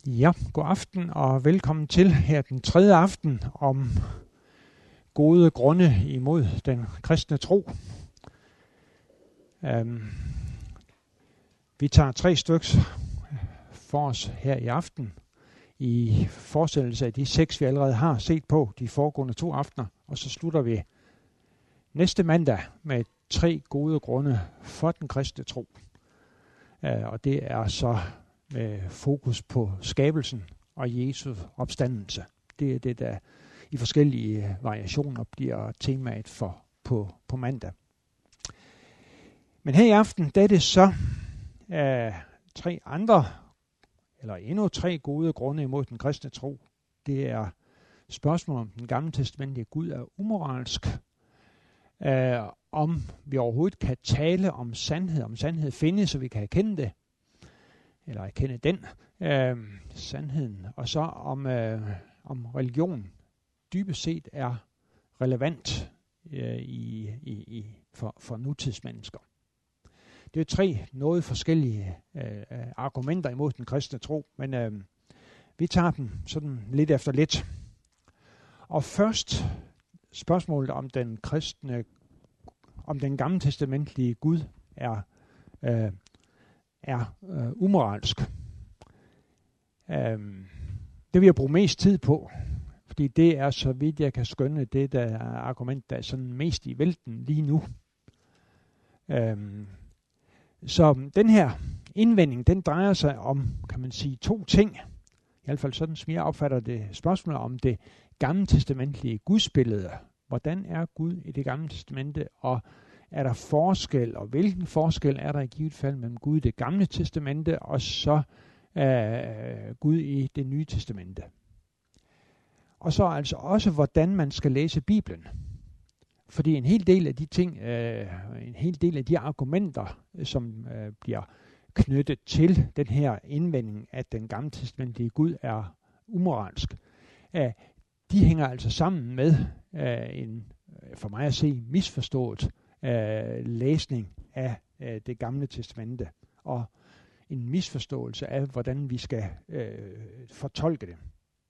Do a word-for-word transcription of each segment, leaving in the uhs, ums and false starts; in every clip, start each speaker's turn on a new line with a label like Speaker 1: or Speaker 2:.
Speaker 1: Ja, god aften og velkommen til her den tredje aften om gode grunde imod den kristne tro. Um, vi tager tre stykker for os her i aften i fortsættelse af de seks, vi allerede har set på de foregående to aftener, og så slutter vi næste mandag med tre gode grunde for den kristne tro. Uh, og det er så med fokus på skabelsen og Jesu opstandelse. Det er det, der i forskellige variationer bliver temaet for på, på mandag. Men her i aften, der er det så uh, tre andre, eller endnu tre gode grunde imod den kristne tro. Det er spørgsmål om den gamle testamentlige Gud er umoralsk, uh, om vi overhovedet kan tale om sandhed, om sandhed findes, så vi kan erkende det, eller erkende den øh, sandheden, og så om, øh, om religion dybest set er relevant øh, i, i, i, for, for nutidsmennesker. Det er tre noget forskellige øh, argumenter imod den kristne tro, men øh, vi tager dem sådan lidt efter lidt. Og først spørgsmålet om den kristne, om den gamle testamentlige Gud er øh, er øh, umoralsk. Øhm, det vil jeg bruge mest tid på, fordi det er, så vidt jeg kan skønne, det der er argument, der er sådan mest i vælten lige nu. Øhm, så den her indvending, den drejer sig om, kan man sige, to ting. I hvert fald sådan, som jeg opfatter det, spørgsmålet om det gamle testamentlige gudsbillede. Hvordan er Gud i det gamle testamente, og er der forskel, og hvilken forskel er der i givet fald mellem Gud i det gamle testamente, og så øh, Gud i det nye testamente. Og så altså også, hvordan man skal læse Bibelen. Fordi en hel del af de ting, øh, en hel del af de argumenter, som øh, bliver knyttet til den her indvending, at den gamle testamentlige Gud er umoralsk, øh, de hænger altså sammen med øh, en, for mig at se, misforstået Øh, læsning af øh, det gamle testamente, og en misforståelse af, hvordan vi skal øh, fortolke det.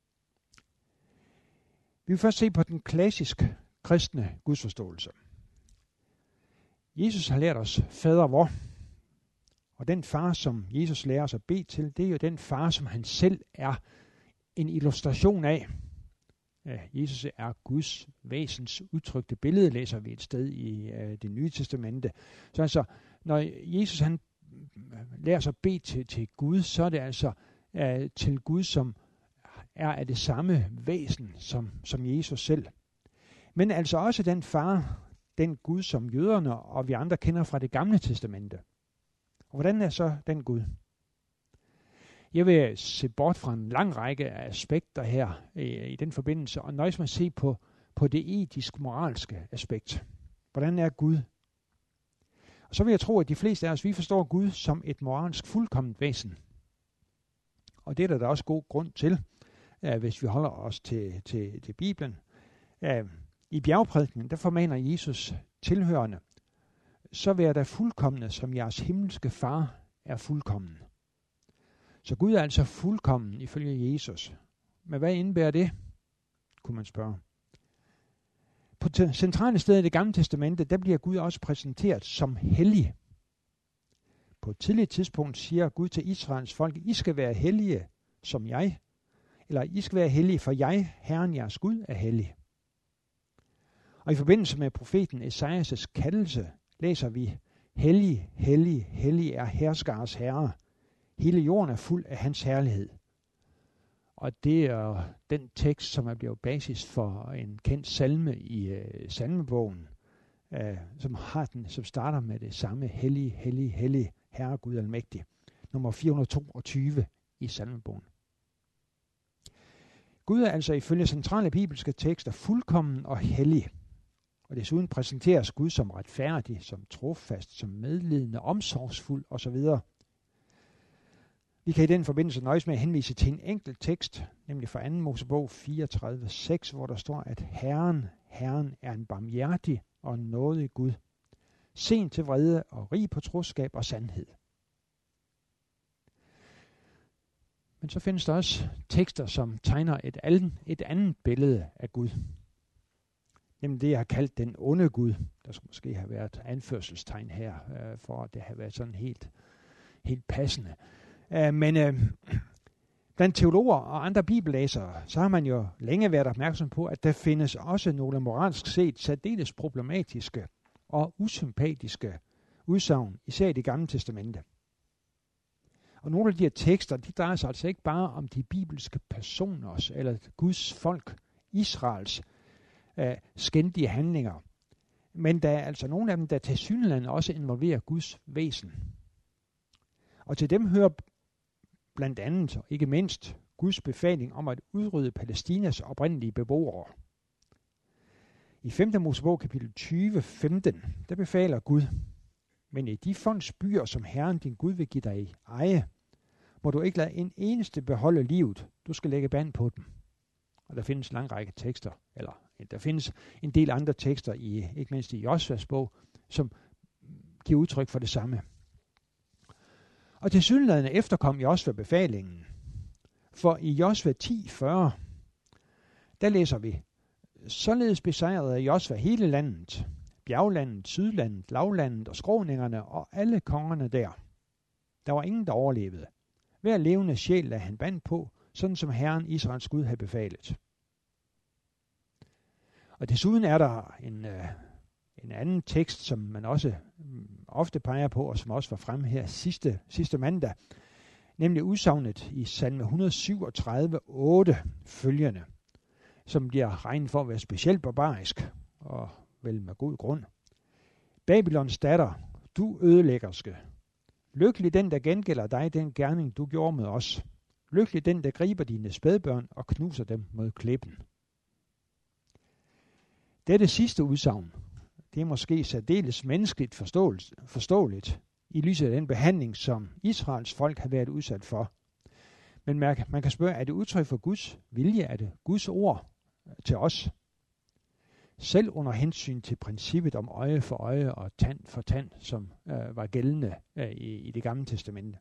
Speaker 1: Vi vil først se på den klassiske kristne gudsforståelse. Jesus har lært os fader vor, og den far, som Jesus lærer os at bede til, det er jo den far, som han selv er en illustration af. Jesus er Guds væsens udtrykte billede, læser vi et sted i uh, det nye testamente. Så altså, når Jesus han lærer sig at bede til, til Gud, så er det altså uh, til Gud, som er af det samme væsen som, som Jesus selv. Men altså også den far, den Gud, som jøderne og vi andre kender fra det gamle testamente. Og hvordan er så den Gud? Jeg vil se bort fra en lang række aspekter her i, i den forbindelse, og nøjes med at se på, på det etisk-moralske aspekt. Hvordan er Gud? Og så vil jeg tro, at de fleste af os, vi forstår Gud som et moralsk fuldkomment væsen. Og det er der da også god grund til, uh, hvis vi holder os til, til, til Bibelen. Uh, I bjergprædikenen, der formaner Jesus tilhørende, så vær der fuldkomne, som jeres himmelske far er fuldkommen. Så Gud er altså fuldkommen ifølge Jesus. Men hvad indebærer det, kunne man spørge. På t- centrale steder i det gamle testamente, der bliver Gud også præsenteret som hellig. På et tidligt tidspunkt siger Gud til Israels folk, I skal være hellige som jeg, eller I skal være hellige, for jeg, Herren jeres Gud, er hellig. Og i forbindelse med profeten Esajas' kaldelse, læser vi, hellig, hellig, hellig er herskares herre. Hele jorden er fuld af hans herlighed. Og det er den tekst, som er blevet basis for en kendt salme i uh, salmebogen, uh, som har den, som starter med det samme, hellig, hellig, hellig, Herre Gud almægtig. Nummer fire hundrede toogtyve i salmebogen. Gud er altså ifølge centrale bibelske tekster fuldkommen og hellig. Og desuden præsenteres Gud som retfærdig, som trofast, som medlidende, omsorgsfuld osv. Vi kan i den forbindelse nøjes med at henvise til en enkelt tekst, nemlig fra anden Mosebog fireogtredive seks, hvor der står, at Herren, Herren er en barmhjertig og nådig Gud, sen til vrede og rig på troskab og sandhed. Men så findes der også tekster, som tegner et, anden, et andet billede af Gud. Nemlig det, jeg har kaldt den onde Gud. Der skulle måske have været anførselstegn her, øh, for at det har været sådan helt, helt passende. Uh, men uh, blandt teologer og andre bibellæsere, så har man jo længe været opmærksom på, at der findes også nogle moralsk set særdeles problematiske og usympatiske udsagn, især i Det Gamle Testamente. Og nogle af de her tekster, de drejer sig altså ikke bare om de bibelske personers, eller Guds folk, Israels, uh, skændige handlinger. Men der er altså nogle af dem, der tilsyneladende også involverer Guds væsen. Og til dem hører blandt andet, og ikke mindst, Guds befaling om at udrydde Palæstinas oprindelige beboere. I femte Mosebog kapitel tyve, femten, der befaler Gud: men i de folks byer, som Herren din Gud vil give dig i eje, må du ikke lade en eneste beholde livet. Du skal lægge band på dem. Og der findes en lang række tekster, eller der findes en del andre tekster, i, ikke mindst i Josvas bog, som giver udtryk for det samme. Og tilsyneladende efterkom Josva befalingen. For i Josva ti, fyrre, der læser vi: således besejrede Josva hele landet, bjerglandet, sydlandet, lavlandet og skråningerne og alle kongerne der. Der var ingen, der overlevede. Hver levende sjæl lagde han band på, sådan som Herren Israels Gud havde befalet. Og desuden er der en, øh, en anden tekst, som man også øh, ofte peger på, og som også var fremme her sidste, sidste mandag, nemlig udsagnet i salme et hundrede syvogtredive, otte følgende, som bliver regnet for at være specielt barbarisk, og vel med god grund. Babylons datter, du ødelæggerske. Lykkelig den, der gengælder dig den gerning, du gjorde med os. Lykkelig den, der griber dine spædbørn og knuser dem mod klippen. Dette sidste udsagn, det er måske særdeles menneskeligt forståeligt i lyset af den behandling, som Israels folk har været udsat for. Men man, man kan spørge, er det udtryk for Guds vilje? Er det Guds ord til os? Selv under hensyn til princippet om øje for øje og tand for tand, som øh, var gældende øh, i, i Det Gamle Testamente.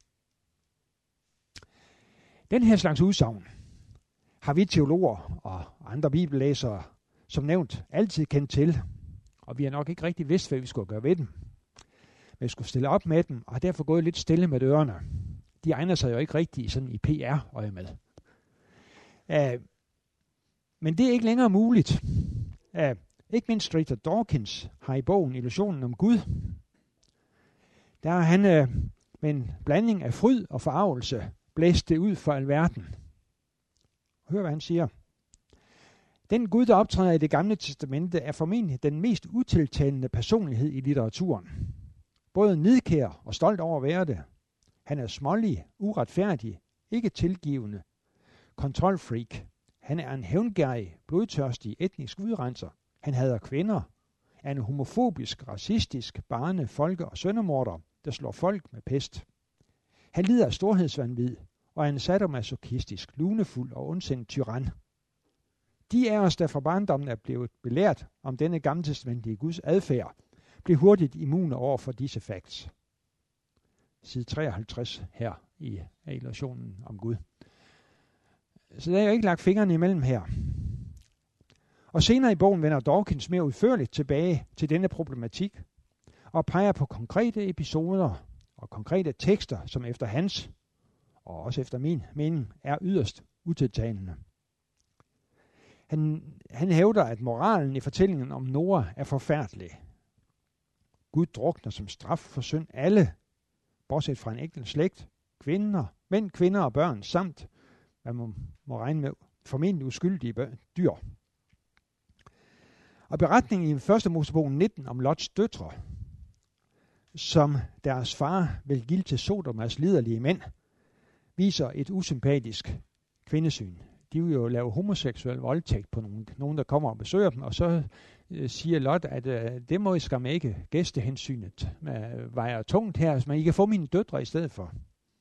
Speaker 1: Den her slags udsagn har vi teologer og andre bibellæsere, som nævnt, altid kendt til, og vi har nok ikke rigtig vidst, hvad vi skulle gøre ved dem. Men vi skulle stille op med dem, og har derfor gået lidt stille med ørerne. De egner sig jo ikke rigtig sådan i P R-øje med. Uh, men det er ikke længere muligt. Uh, ikke mindst Richard Dawkins har i bogen Illusionen om Gud, der har han uh, med en blanding af fryd og forarvelse blæst det ud for alverden. Hør, hvad han siger. Den Gud, der optræder i Det Gamle Testamente, er formentlig den mest utiltalende personlighed i litteraturen. Både nidkær og stolt over at være det. Han er smålig, uretfærdig, ikke tilgivende, kontrolfreak. Han er en hævngærig, blodtørstig, etnisk udrenser. Han hader kvinder. Er en homofobisk, racistisk, barne-, folke- og søndermorder, der slår folk med pest. Han lider af storhedsvanvid og er en sadomasochistisk, lunefuld og ondsindet tyran. De af os, der fra barndommen er blevet belært om denne gammeltestamentlige Guds adfærd, blev hurtigt immune over for disse facts. Side treoghalvtreds her i Illusionen om Gud. Så der er jo ikke lagt fingrene imellem her. Og senere i bogen vender Dawkins mere udførligt tilbage til denne problematik og peger på konkrete episoder og konkrete tekster, som efter hans, og også efter min mening, er yderst utiltalende. Han, han hævder, at moralen i fortællingen om Noah er forfærdelig. Gud drukner som straf for synd alle, bortset fra en enkelt slægt, kvinder, mænd, kvinder og børn, samt, hvad man må regne med, formentlig uskyldige dyr. Og beretningen i første Mosebog nitten om Lots døtre, som deres far vil give til Sodomas liderlige mænd, viser et usympatisk kvindesyn. De vil jo lave homoseksuel voldtægt på nogen, nogen der kommer og besøger dem, og så øh, siger Lot, at øh, det må I skam ikke, gæstehensynet øh, vejer tungt her, men I kan få mine døtre i stedet for.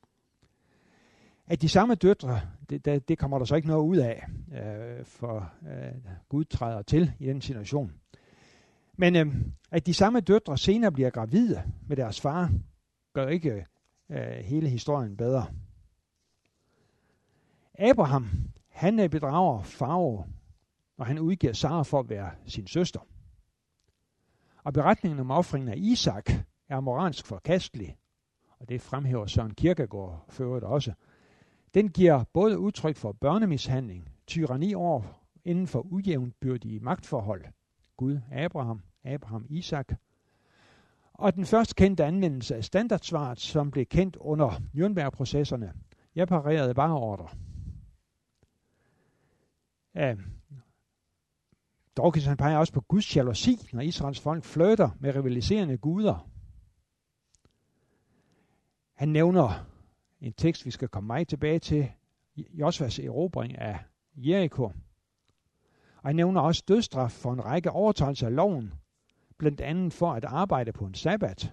Speaker 1: At de samme døtre, det, det, det kommer der så ikke noget ud af, øh, for øh, Gud træder til i den situation. Men øh, at de samme døtre senere bliver gravide med deres far, gør ikke øh, hele historien bedre. Abraham, han bedrager farao, når han udgiver Sara for at være sin søster. Og beretningen om ofringen af Isak er moralsk forkastelig, og det fremhæver Søren Kierkegaard for øvrigt også. Den giver både udtryk for børnemishandling, tyranni over inden for ujævnbyrdige magtforhold. Gud, Abraham, Abraham, Isak. Og den først kendte anvendelse af standardsvaret, som blev kendt under Nürnberg-processerne. Jeg parerede bare ordre. Ja. Dawkins han peger også på Guds jalousi, når Israels folk flirter med rivaliserende guder. Han nævner en tekst, vi skal komme meget tilbage til, Josvas erobring af Jericho. Og han nævner også dødsstraf for en række overtrædelser af loven, blandt andet for at arbejde på en sabbat.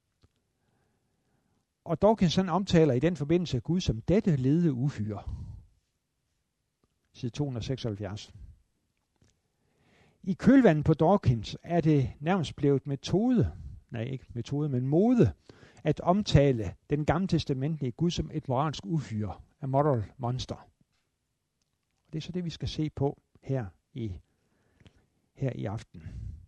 Speaker 1: Og Dawkins han omtaler i den forbindelse Gud som dette lede uhyre. Side to hundrede seksoghalvfjerds. I kølvandet på Dawkins er det nærmest blevet metode, nej ikke metode, men mode, at omtale den gamle testamentlige Gud som et moralsk uhyre, a moral monster. Det er så det, vi skal se på her i, her i aften.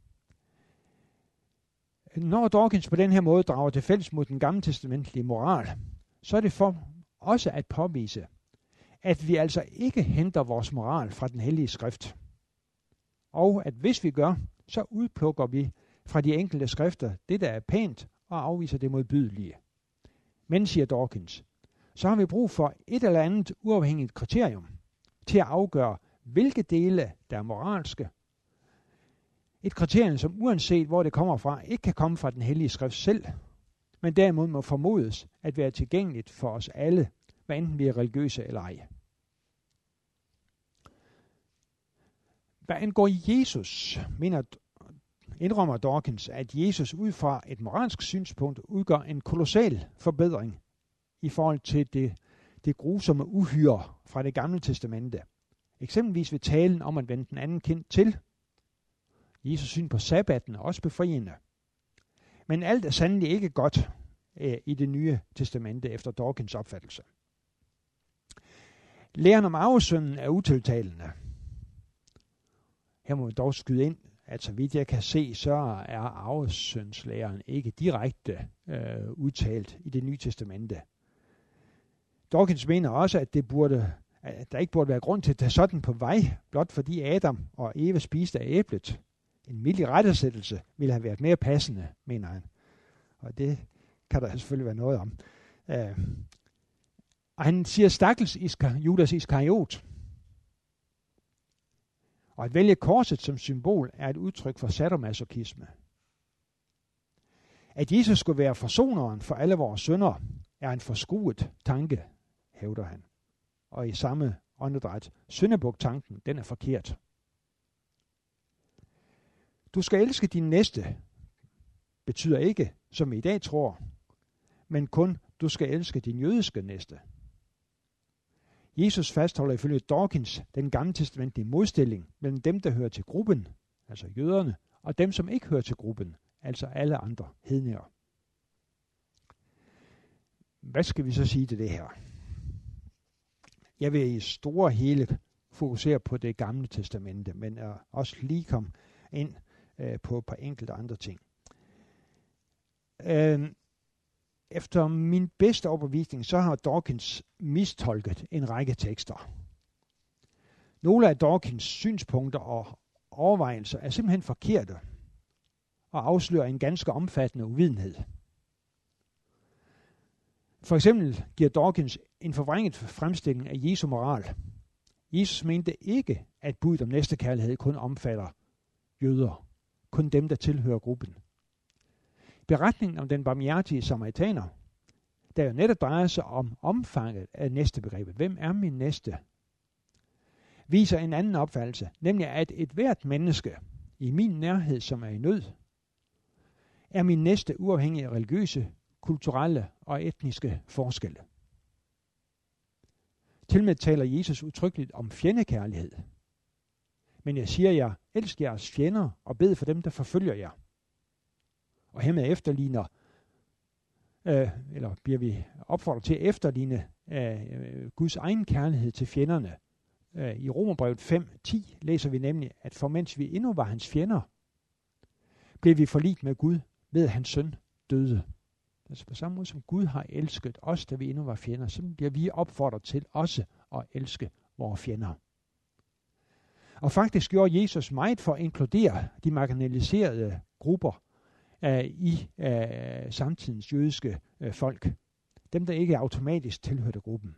Speaker 1: Når Dawkins på den her måde drager til fælles mod den gamle testamentlige moral, så er det for også at påvise, at vi altså ikke henter vores moral fra den hellige skrift. Og at hvis vi gør, så udplukker vi fra de enkelte skrifter det, der er pænt, og afviser det modbydelige. Men, siger Dawkins, så har vi brug for et eller andet uafhængigt kriterium til at afgøre, hvilke dele, der er moralske. Et kriterium, som uanset hvor det kommer fra, ikke kan komme fra den hellige skrift selv, men derimod må formodes at være tilgængeligt for os alle, hvad enten vi er religiøse eller ej. Hvad angår Jesus, mener indrømmer Dawkins, at Jesus ud fra et moralsk synspunkt udgør en kolossal forbedring i forhold til det, det grusomme uhyre fra det gamle testamente. Eksempelvis ved talen om at vende den anden kind til. Jesus syn på sabbaten er også befriende. Men alt er sandelig ikke godt øh, i det nye testamente efter Dawkins opfattelse. Læren om arvesynden er utiltalende. Her må vi dog skyde ind, at så vidt jeg kan se, så er arvesyndslæren ikke direkte øh, udtalt i det nye testamente. Dawkins mener også, at, det burde, at der ikke burde være grund til at tage sådan på vej, blot fordi Adam og Eva spiste af æblet. En mild rettesættelse ville have været mere passende, mener han. Og det kan der selvfølgelig være noget om. Øh, og han siger stakkels Iska, Judas Iskariot. Og at vælge korset som symbol er et udtryk for sadomasochisme. At Jesus skulle være forsoneren for alle vores synder, er en forskruet tanke, hævder han. Og i samme åndedræt, syndebuk-tanken, den er forkert. Du skal elske din næste, betyder ikke, som I i dag tror, men kun, du skal elske din jødiske næste. Jesus fastholder ifølge Dawkins den gamle testamentlige modstilling mellem dem, der hører til gruppen, altså jøderne, og dem, som ikke hører til gruppen, altså alle andre hedninger. Hvad skal vi så sige til det her? Jeg vil i store hele fokusere på det gamle testamente, men er også lige komme ind øh, på et par enkelte andre ting. Øh, Efter min bedste overbevisning, så har Dawkins mistolket en række tekster. Nogle af Dawkins synspunkter og overvejelser er simpelthen forkerte og afslører en ganske omfattende uvidenhed. For eksempel giver Dawkins en forvrænget fremstilling af Jesu moral. Jesus mente ikke, at budet om næstekærlighed kun omfatter jøder, kun dem, der tilhører gruppen. Beretningen om den barmhjertige samaritaner, der jo netop drejer sig om omfanget af næstebegrebet. Hvem er min næste? Viser en anden opfattelse, nemlig at et hvert menneske i min nærhed, som er i nød, er min næste uafhængige af religiøse, kulturelle og etniske forskelle. Tilmed taler Jesus udtrykkeligt om fjendekærlighed. Men jeg siger jer, elsk jeres fjender og bed for dem, der forfølger jer. Og hermed efterligner øh, eller bliver vi opfordret til at efterligne øh, Guds egen kærlighed til fjenderne. Øh, I Romerbrevet fem ti læser vi nemlig, at for mens vi endnu var hans fjender, blev vi forligt med Gud ved at hans søn døde. Altså på samme måde som Gud har elsket os, da vi endnu var fjender, så bliver vi opfordret til også at elske vores fjender. Og faktisk gjorde Jesus meget for at inkludere de marginaliserede grupper uh, i uh, samtidens jødiske uh, folk. Dem, der ikke automatisk tilhørte gruppen.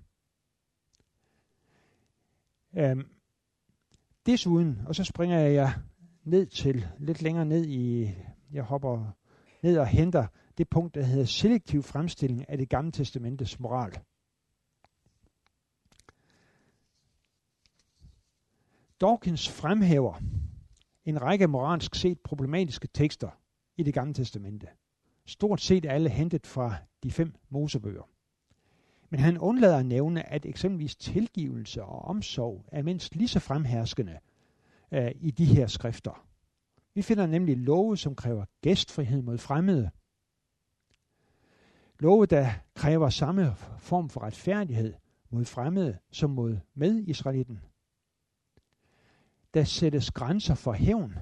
Speaker 1: Um, desuden, og så springer jeg ned til, lidt længere ned i, jeg hopper ned og henter det punkt, der hedder selektiv fremstilling af det gamle testamentets moral. Dawkins fremhæver en række moralsk set problematiske tekster i det gamle testamente. Stort set alle hentet fra de fem mosebøger. Men han undlader at nævne, at eksempelvis tilgivelse og omsorg er mindst lige så fremherskende uh, i de her skrifter. Vi finder nemlig love, som kræver gæstfrihed mod fremmede. Love, der kræver samme form for retfærdighed mod fremmede som mod medisraelitten. Der sættes grænser for hævn.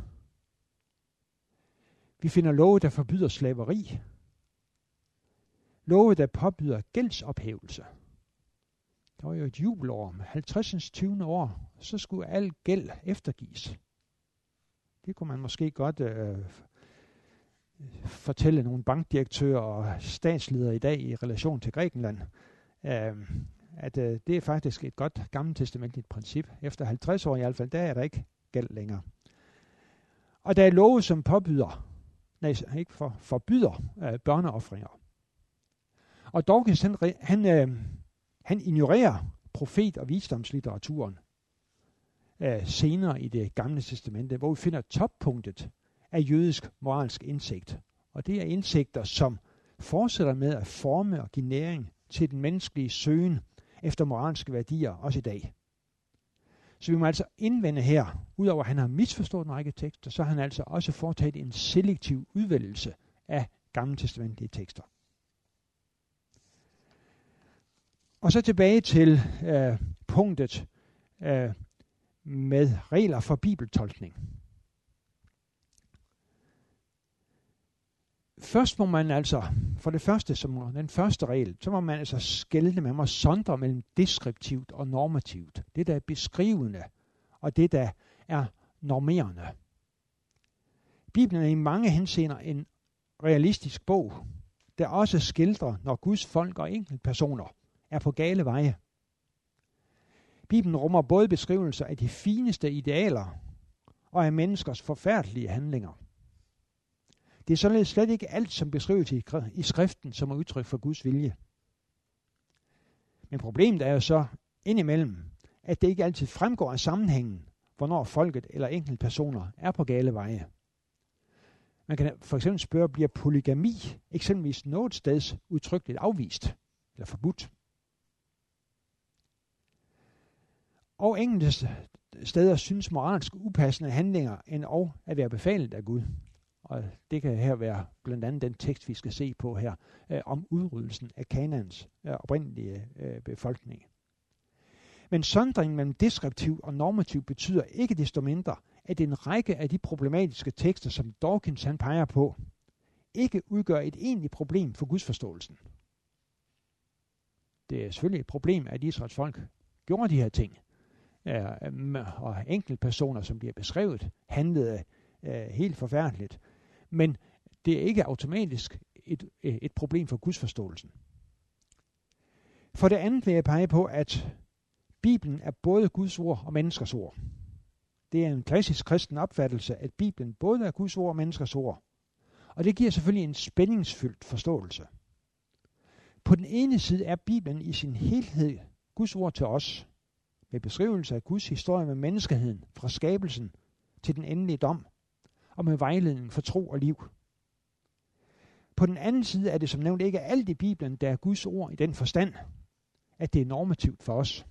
Speaker 1: Vi finder love, der forbyder slaveri. Love, der påbyder gældsophævelse. Der var jo et jubelår med halvtredsens tyvende år, så skulle al gæld eftergives. Det kunne man måske godt øh, fortælle nogle bankdirektører og statsledere i dag i relation til Grækenland, øh, at øh, det er faktisk et godt gammeltestamentligt princip. Efter halvtreds år i hvert fald, der er der ikke gæld længere. Og der er love, som påbyder, nej, ikke for, forbyder øh, børneoffringer. Og Dawkins, han, han, øh, han ignorerer profet- og visdomslitteraturen øh, senere i det gamle testamente, hvor vi finder toppunktet af jødisk moralsk indsigt. Og det er indsigter, som fortsætter med at forme og give næring til den menneskelige søgen efter moralske værdier, også i dag. Så vi må altså indvende her, udover at han har misforstået en række tekster, så har han altså også foretaget en selektiv udvælgelse af gammeltestamentlige tekster. Og så tilbage til øh, punktet øh, med regler for bibeltolkning. Først må man altså, for det første, som den første regel, så må man altså skelne, man må sondre mellem deskriptivt og normativt. Det, der er beskrivende, og det, der er normerende. Bibelen er i mange henseender en realistisk bog, der også skildrer, når Guds folk og enkeltpersoner er på gale veje. Bibelen rummer både beskrivelser af de fineste idealer og af menneskers forfærdelige handlinger. Det er således slet ikke alt, som beskrives i, i skriften, som er udtryk for Guds vilje. Men problemet er jo så indimellem, at det ikke altid fremgår af sammenhængen, hvornår folket eller enkeltpersoner er på gale veje. Man kan for eksempel spørge, bliver polygami eksempelvis noget steds udtrykkeligt afvist eller forbudt? Og enkelte steder synes moralsk upassende handlinger end og at være befalet af Gud. Og det kan her være blandt andet den tekst, vi skal se på her, øh, om udryddelsen af Kanaans øh, oprindelige øh, befolkning. Men sondringen mellem deskriptiv og normativ betyder ikke desto mindre, at en række af de problematiske tekster, som Dawkins han peger på, ikke udgør et egentligt problem for gudsforståelsen. Det er selvfølgelig et problem, at Israels folk gjorde de her ting, øh, og enkeltpersoner, som bliver beskrevet, handlede øh, helt forfærdeligt. Men det er ikke automatisk et, et problem for gudsforståelsen. For det andet vil jeg pege på, at Bibelen er både Guds ord og menneskers ord. Det er en klassisk kristen opfattelse, at Bibelen både er Guds ord og menneskers ord. Og det giver selvfølgelig en spændingsfyldt forståelse. På den ene side er Bibelen i sin helhed Guds ord til os, med beskrivelse af Guds historie med menneskeheden fra skabelsen til den endelige dom, og med vejledning for tro og liv. På den anden side er det som nævnt ikke alt i Bibelen, der er Guds ord i den forstand, at det er normativt for os.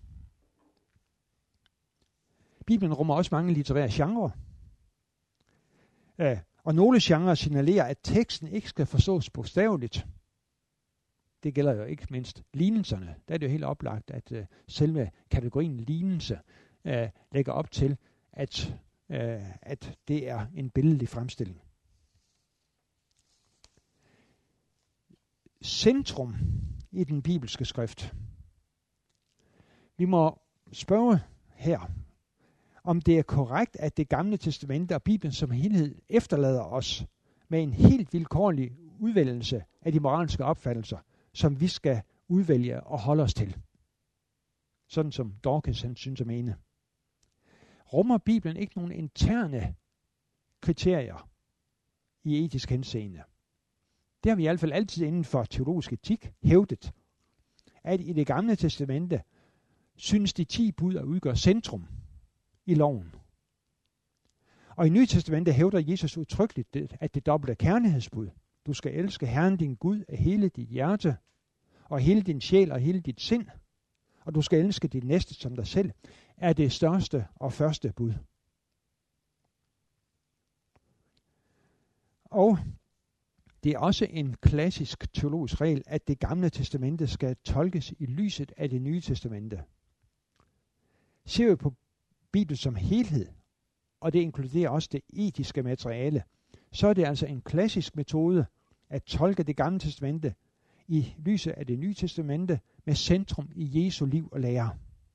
Speaker 1: Bibelen rummer også mange litterære genrer, og nogle genrer signalerer, at teksten ikke skal forstås bogstaveligt, det gælder jo ikke mindst lignelserne. Der er det jo helt oplagt, at uh, selve kategorien lignelse uh, lægger op til, at, uh, at det er en billedlig fremstilling. Centrum i den bibelske skrift. Vi må spørge her, om det er korrekt, at det gamle testamente og Bibelen som helhed efterlader os med en helt vilkårlig udvælgelse af de moralske opfattelser, som vi skal udvælge og holde os til. Sådan som Dawkins han synes at mene. Rummer Bibelen ikke nogen interne kriterier i etisk henseende? Det har vi i hvert fald altid inden for teologisk etik hævdet, at i det gamle testamente synes de ti bud at udgøre centrum i loven. Og i Nye Testamente hævder Jesus udtrykkeligt, at det dobbelte kærlighedsbud, du skal elske Herren din Gud af hele dit hjerte, og hele din sjæl og hele dit sind, og du skal elske dit næste som dig selv, er det største og første bud. Og det er også en klassisk teologisk regel, at det gamle testamente skal tolkes i lyset af det nye testamente. Ser vi på Bibelen som helhed, og det inkluderer også det etiske materiale, så er det altså en klassisk metode at tolke det gamle testamente i lyset af det nye testamente med centrum i Jesu liv og lære.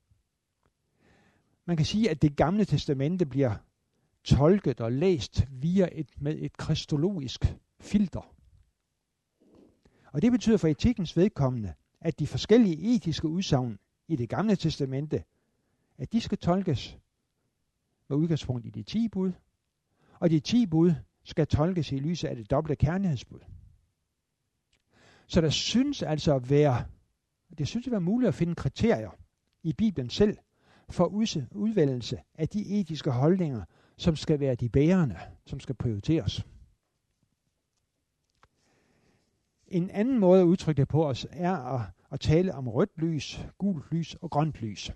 Speaker 1: Man kan sige, at det gamle testamente bliver tolket og læst via et, med et kristologisk filter. Og det betyder for etikkens vedkommende, at de forskellige etiske udsagn i det gamle testamente, at de skal tolkes med udgangspunkt i de ti bud, og de ti bud skal tolkes i lyset af det dobbelte kærlighedsbud. Så der synes altså at være, det synes at være muligt at finde kriterier i Bibelen selv for udvælgelse af de etiske holdninger, som skal være de bærende, som skal prioriteres. En anden måde at udtrykke det på os er at, at tale om rødt lys, gult lys og grønt lys.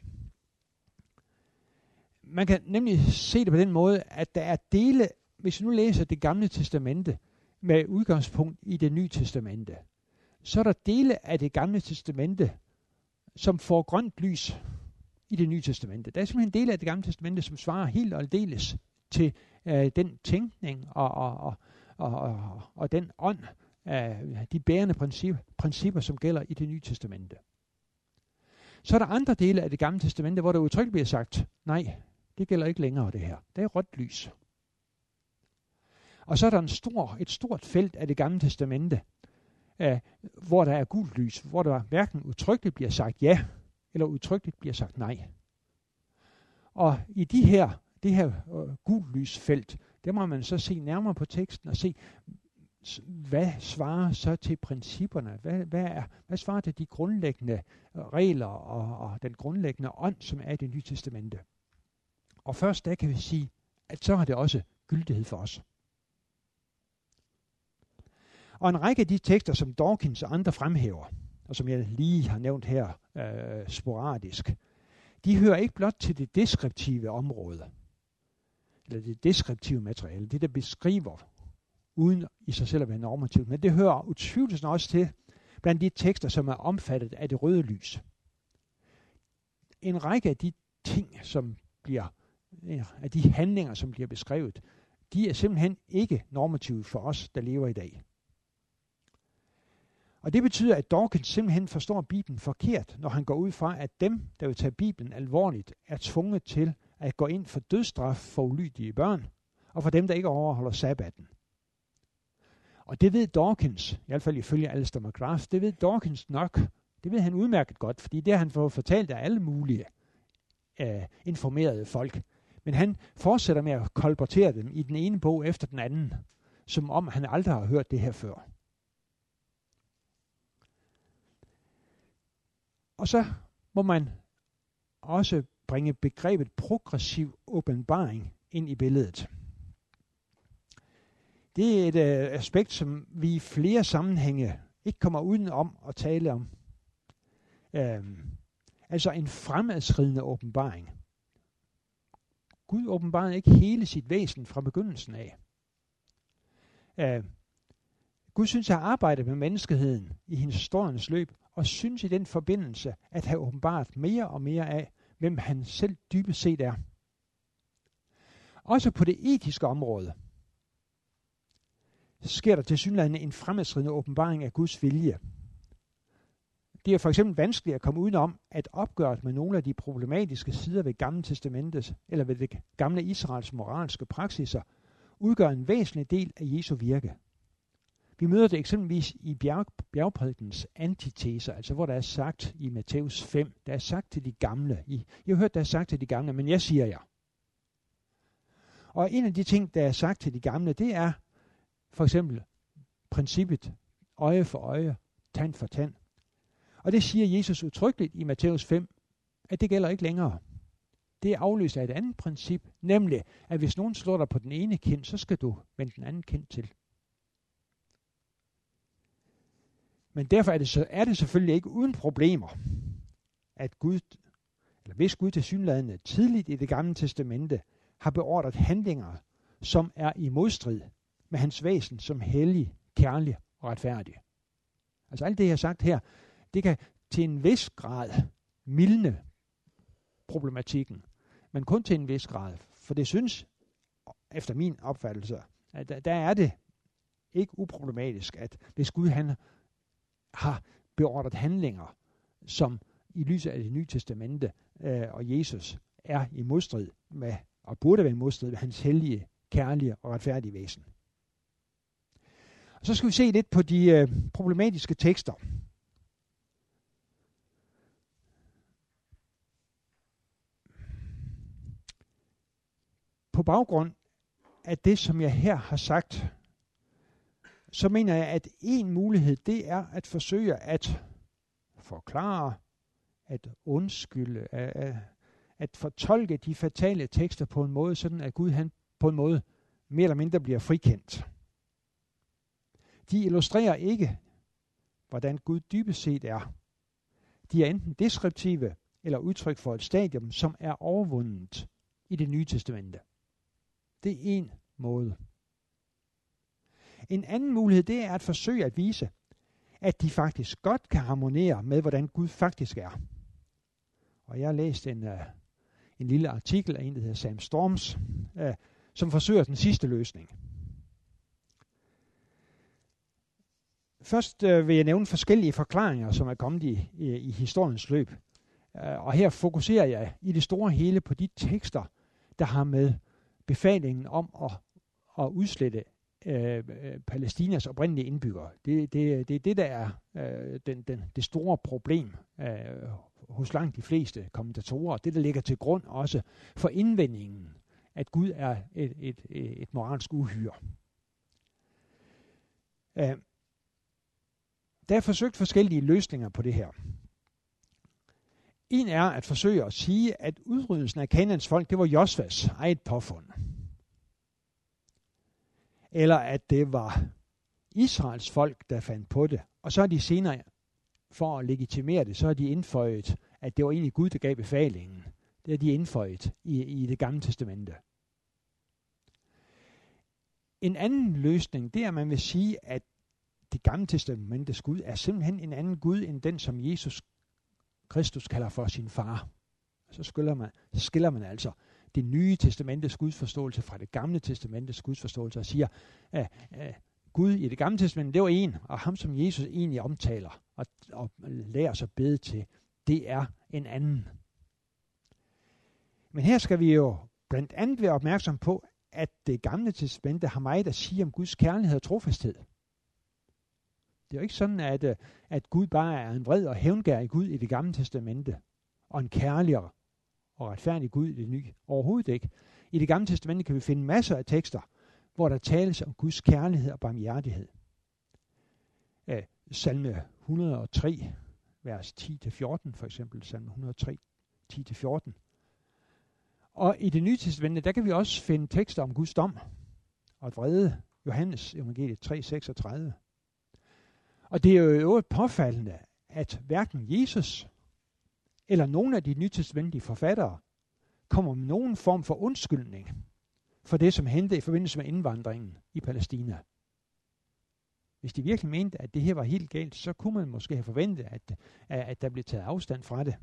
Speaker 1: Man kan nemlig se det på den måde, at der er dele, hvis vi nu læser det gamle testamente med udgangspunkt i det nye testamente, så er der dele af det gamle testamente, som får grønt lys i det nye testamente. Der er simpelthen dele af det gamle testamente, som svarer helt og aldeles til øh, den tænkning og, og, og, og, og, og den ånd af de bærende princip, principper, som gælder i det nye testamente. Så er der andre dele af det gamle testamente, hvor der udtrykkeligt bliver sagt, nej, det gælder ikke længere det her. Der er rødt lys. Og så er der en stor, et stort felt af det gamle testamente, øh, hvor der er gult lys, hvor der hverken udtrykkeligt bliver sagt ja, eller udtrykkeligt bliver sagt nej. Og i de her, det her øh, gult lysfelt, der må man så se nærmere på teksten og se, hvad svarer så til principperne? Hvad, hvad, er, hvad svarer til de grundlæggende regler og, og den grundlæggende ånd, som er i det nye testamente? Og først der kan vi sige, at så har det også gyldighed for os. Og en række af de tekster, som Dawkins og andre fremhæver, og som jeg lige har nævnt her øh, sporadisk, de hører ikke blot til det deskriptive område, eller det deskriptive materiale, det der beskriver, uden i sig selv at være normativt, men det hører utvivlsomt også til blandt de tekster, som er omfattet af det røde lys. En række af de ting, som bliver, af de handlinger, som bliver beskrevet, de er simpelthen ikke normative for os, der lever i dag. Og det betyder, at Dawkins simpelthen forstår Bibelen forkert, når han går ud fra, at dem, der vil tage Bibelen alvorligt, er tvunget til at gå ind for dødsstraf for ulydige børn, og for dem, der ikke overholder sabbaten. Og det ved Dawkins, i hvert fald ifølge Alistair McGrath, det ved Dawkins nok, det ved han udmærket godt, fordi det har han fået fortalt af alle mulige uh, informerede folk. Men han fortsætter med at kolportere dem i den ene bog efter den anden, som om han aldrig har hørt det her før. Og så må man også bringe begrebet progressiv åbenbaring ind i billedet. Det er et øh, aspekt, som vi i flere sammenhænge ikke kommer uden om at tale om. Øhm, altså en fremadskridende åbenbaring. Gud åbenbarede ikke hele sit væsen fra begyndelsen af. Øh, Gud synes at arbejde med menneskeheden i hendes historiens løb, og synes i den forbindelse at have åbenbart mere og mere af, hvem han selv dybest set er. Også på det etiske område sker der tilsyneladende en fremadskridende åbenbaring af Guds vilje. Det er for eksempel vanskeligt at komme udenom at opgøre med nogle af de problematiske sider ved Gamle Testamentet eller ved det gamle Israels moralske praksiser, udgør en væsentlig del af Jesu virke. Vi møder det eksempelvis i bjerg, bjergprædikens antiteser, altså hvor der er sagt i Matthæus fem, der er sagt til de gamle. I, jeg har hørt, der er sagt til de gamle, men jeg siger jer. Og en af de ting, der er sagt til de gamle, det er for eksempel princippet øje for øje, tand for tand. Og det siger Jesus udtrykkeligt i Matthæus fem, at det gælder ikke længere. Det er afløst af et andet princip, nemlig at hvis nogen slår dig på den ene kind, så skal du vende den anden kind til. Men derfor er det, så, er det selvfølgelig ikke uden problemer, at Gud, eller hvis Gud tilsyneladende tidligt i det gamle testamente har beordret handlinger, som er i modstrid med hans væsen som hellig, kærlig og retfærdig. Altså alt det, jeg har sagt her, det kan til en vis grad mildne problematikken, men kun til en vis grad. For det synes, efter min opfattelse, at der, der er det ikke uproblematisk, at hvis Gud han har beordret handlinger, som i lyset af det nye testamente øh, og Jesus er i modstrid med, og burde være i modstrid med hans hellige, kærlige og retfærdige væsen. Og så skal vi se lidt på de øh, problematiske tekster. På baggrund af det, som jeg her har sagt, så mener jeg, at en mulighed, det er at forsøge at forklare, at undskylde, at, at fortolke de fatale tekster på en måde, sådan at Gud han på en måde mere eller mindre bliver frikendt. De illustrerer ikke, hvordan Gud dybest set er. De er enten deskriptive eller udtryk for et stadium, som er overvundet i det nye testamente. Det er en måde. En anden mulighed, det er at forsøge at vise, at de faktisk godt kan harmonere med, hvordan Gud faktisk er. Og jeg har læst en, uh, en lille artikel af en, der hedder Sam Storms, uh, som forsøger den sidste løsning. Først uh, vil jeg nævne forskellige forklaringer, som er kommet i, i, i historiens løb. Uh, og her fokuserer jeg i det store hele på de tekster, der har med befalingen om at, at udslette øh, Palæstinas oprindelige indbyggere. Det, det, det er det, der er øh, den, den, det store problem øh, hos langt de fleste kommentatorer. Det, der ligger til grund også for indvendingen, at Gud er et, et, et, et moralsk uhyre. Øh, der er forsøgt forskellige løsninger på det her. En er at forsøge at sige, at udryddelsen af Kanaans folk, det var Josvas eget påfund. Eller at det var Israels folk, der fandt på det. Og så er de senere, for at legitimere det, så har de indføjet, at det var egentlig Gud, der gav befalingen. Det er de indføjet i, i det gamle testamente. En anden løsning, det er, at man vil sige, at det gamle testamentets Gud er simpelthen en anden Gud, end den, som Jesus Kristus kalder for sin far. Så skiller man, så skiller man altså det nye testamentets gudsforståelse fra det gamle testamentets gudsforståelse og siger, at, at Gud i det gamle testament, det var en, og ham som Jesus egentlig omtaler og, og lærer sig bede til, det er en anden. Men her skal vi jo blandt andet være opmærksom på, at det gamle testamente har meget at sige om Guds kærlighed og trofasthed. Det er jo ikke sådan, at, at Gud bare er en vred og hævngærig Gud i det gamle testamente, og en kærligere og retfærdig Gud i det nye. Overhovedet ikke. I det gamle testamente kan vi finde masser af tekster, hvor der tales om Guds kærlighed og barmhjertighed. Æh, salme et hundrede og tre, vers ti til fjorten for eksempel, salme et hundrede og tre, ti til fjorten. Og i det nye testamente, der kan vi også finde tekster om Guds dom og vrede, Johannes evangeliet tre seksogtredive. Og det er jo i øvrigt påfaldende, at hverken Jesus eller nogen af de nytestamentlige forfattere kommer med nogen form for undskyldning for det, som hentede i forbindelse med indvandringen i Palæstina. Hvis de virkelig mente, at det her var helt galt, så kunne man måske have forventet, at, at der blev taget afstand fra det.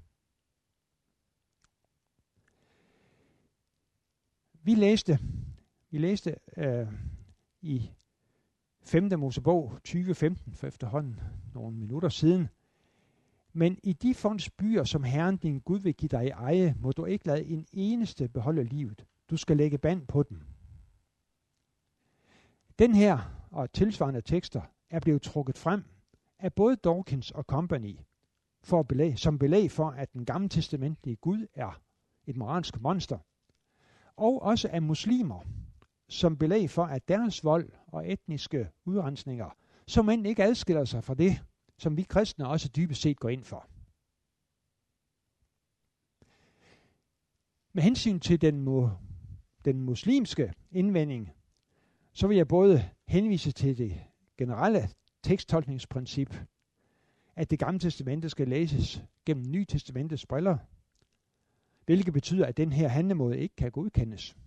Speaker 1: Vi læste, vi læste øh, i femte Mosebog tyve femten for efterhånden nogle minutter siden. Men i de folks byer, som Herren din Gud vil give dig i eje, må du ikke lade en eneste beholde livet. Du skal lægge band på dem. Den her og tilsvarende tekster er blevet trukket frem af både Dawkins og Company for belæg, som belæg for, at den gamle testamentlige Gud er et moralsk monster, og også af muslimer som belæg for, at deres vold og etniske udrensninger som end ikke adskiller sig fra det, som vi kristne også dybest set går ind for. Med hensyn til den, mu- den muslimske indvending, så vil jeg både henvise til det generelle teksttolkningsprincip, at det gamle testamente skal læses gennem Nye Testamentets briller, hvilket betyder, at den her handlemåde ikke kan godkendes.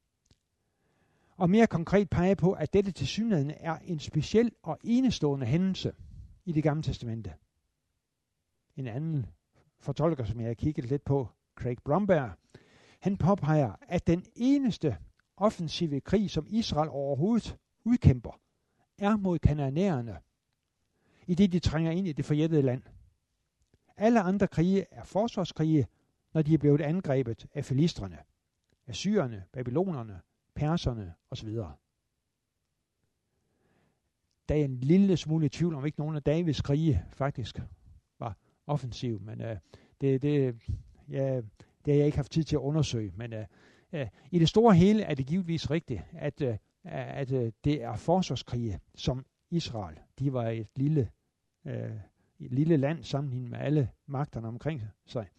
Speaker 1: Og mere konkret pege på, at dette tilsyneladende er en speciel og enestående hændelse i det gamle testamente. En anden fortolker, som jeg har kigget lidt på, Craig Blomberg, han påpeger, at den eneste offensive krig, som Israel overhovedet udkæmper, er mod kananæerne, i det de trænger ind i det forjættede land. Alle andre krige er forsvarskrige, når de er blevet angrebet af filistrene, assyrerne, babylonerne, perserne osv. Der er en lille smule i tvivl om, ikke nogen af Davids krige faktisk var offensiv, men uh, det, det, ja, det har jeg ikke haft tid til at undersøge. Men uh, uh, i det store hele er det givetvis rigtigt, at, uh, at uh, det er forsvarskrige, som Israel. De var et lille, uh, et lille land sammenlignet med alle magterne omkring sig.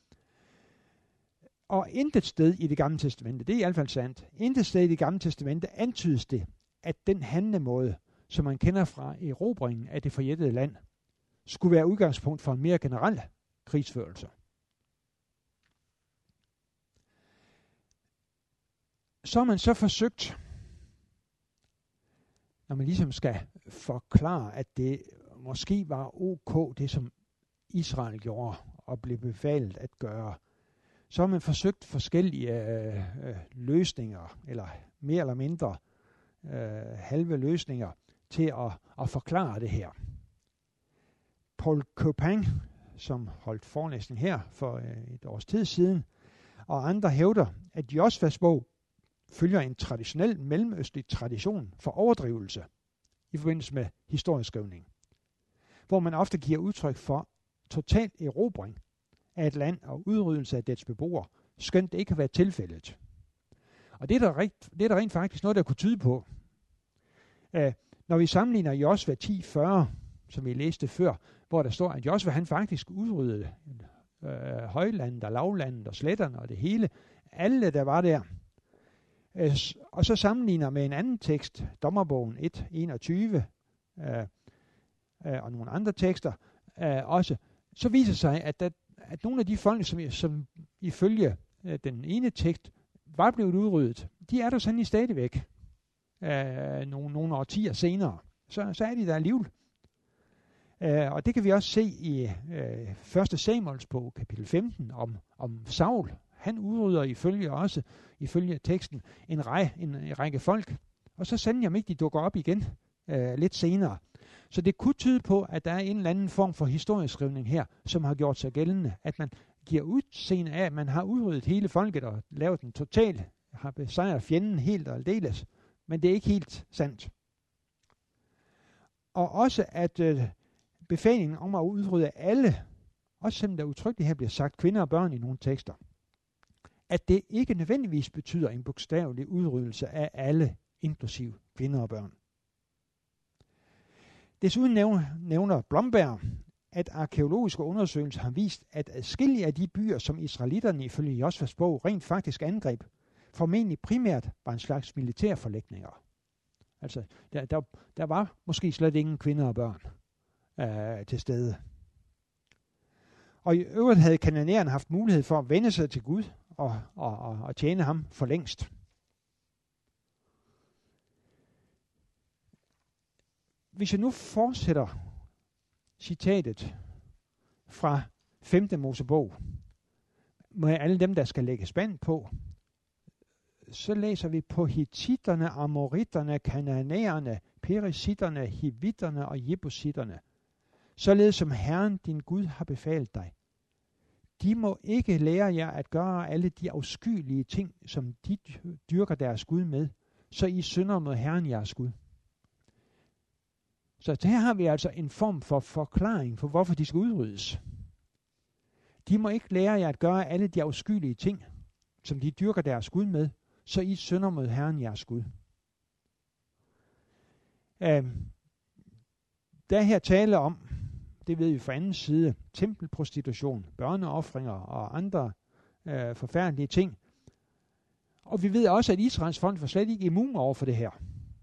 Speaker 1: Og intet sted i det gamle testamente, det er i hvert fald sandt, intet sted i det gamle testamente antydes det, at den handlemåde, som man kender fra erobringen af det forjættede land, skulle være udgangspunkt for en mere generel krigsførelse. Så har man så forsøgt, når man ligesom skal forklare, at det måske var ok, det som Israel gjorde og blev befalet at gøre, så har man forsøgt forskellige øh, øh, løsninger, eller mere eller mindre øh, halve løsninger, til at, at forklare det her. Paul Copan, som holdt forelæsning her for øh, et års tid siden, og andre hævder, at Josvas bog følger en traditionel mellemøstlig tradition for overdrivelse i forbindelse med historieskrivning, hvor man ofte giver udtryk for total erobring af et land og udryddelse af dets beboere, skønt det ikke har været tilfældet. Og det er der rent, det er der rent faktisk noget, der kunne tyde på. Æh, når vi sammenligner Josva ti fyrre, som vi læste før, hvor der står, at Josva han faktisk udryddede øh, højlandet og lavlandet og sletterne og det hele, alle der var der. Æh, og så sammenligner med en anden tekst, Dommerbogen et enogtyve, øh, øh, og nogle andre tekster øh, også, så viser sig, at der at nogle af de folk, som, som ifølge øh, den ene tekst var blevet udryddet, de er der sandelig stadigvæk øh, nogle, nogle årtier senere. Så, så er de der alligevel. Øh, og det kan vi også se i øh, første Samuels bog, kapitel femten, om, om Saul. Han udrydder ifølge også, ifølge teksten, en, rej, en, en række folk. Og så sender jeg mig ikke, de dukker op igen øh, lidt senere. Så det kunne tyde på, at der er en eller anden form for historieskrivning her, som har gjort sig gældende, at man giver udseende af, at man har udryddet hele folket og lavet den total, har besejret fjenden helt og aldeles, men det er ikke helt sandt. Og også at øh, befalingen om at udrydde alle, også selvom der udtrykkeligt her bliver sagt kvinder og børn i nogle tekster, at det ikke nødvendigvis betyder en bogstavelig udryddelse af alle, inklusive kvinder og børn. Desuden nævner Blomberg, at arkeologiske undersøgelser har vist, at adskillige af de byer, som israelitterne ifølge Josvas bog rent faktisk angreb, formentlig primært var en slags militærforlægninger. Altså, der, der, der var måske slet ingen kvinder og børn øh, til stede. Og i øvrigt havde kananæerne haft mulighed for at vende sig til Gud og, og, og, og tjene ham for længst. Hvis jeg nu fortsætter citatet fra femte Mosebog, med alle dem, der skal lægge spand på, så læser vi på hittitterne, amoritterne, kananæerne, perisitterne, hivitterne og jebusitterne, således som Herren din Gud har befalet dig. De må ikke lære jer at gøre alle de afskyelige ting, som de dyrker deres Gud med, så I synder mod Herren jeres Gud. Så her har vi altså en form for forklaring på, hvorfor de skal udryddes. De må ikke lære jer at gøre alle de afskyelige ting, som de dyrker deres Gud med, så I synder mod Herren jeres Gud. Øh, der er her tale om, det ved vi fra anden side, tempelprostitution, børneofringer og andre øh, forfærdelige ting. Og vi ved også, at Israels folk var slet ikke immun over for det her.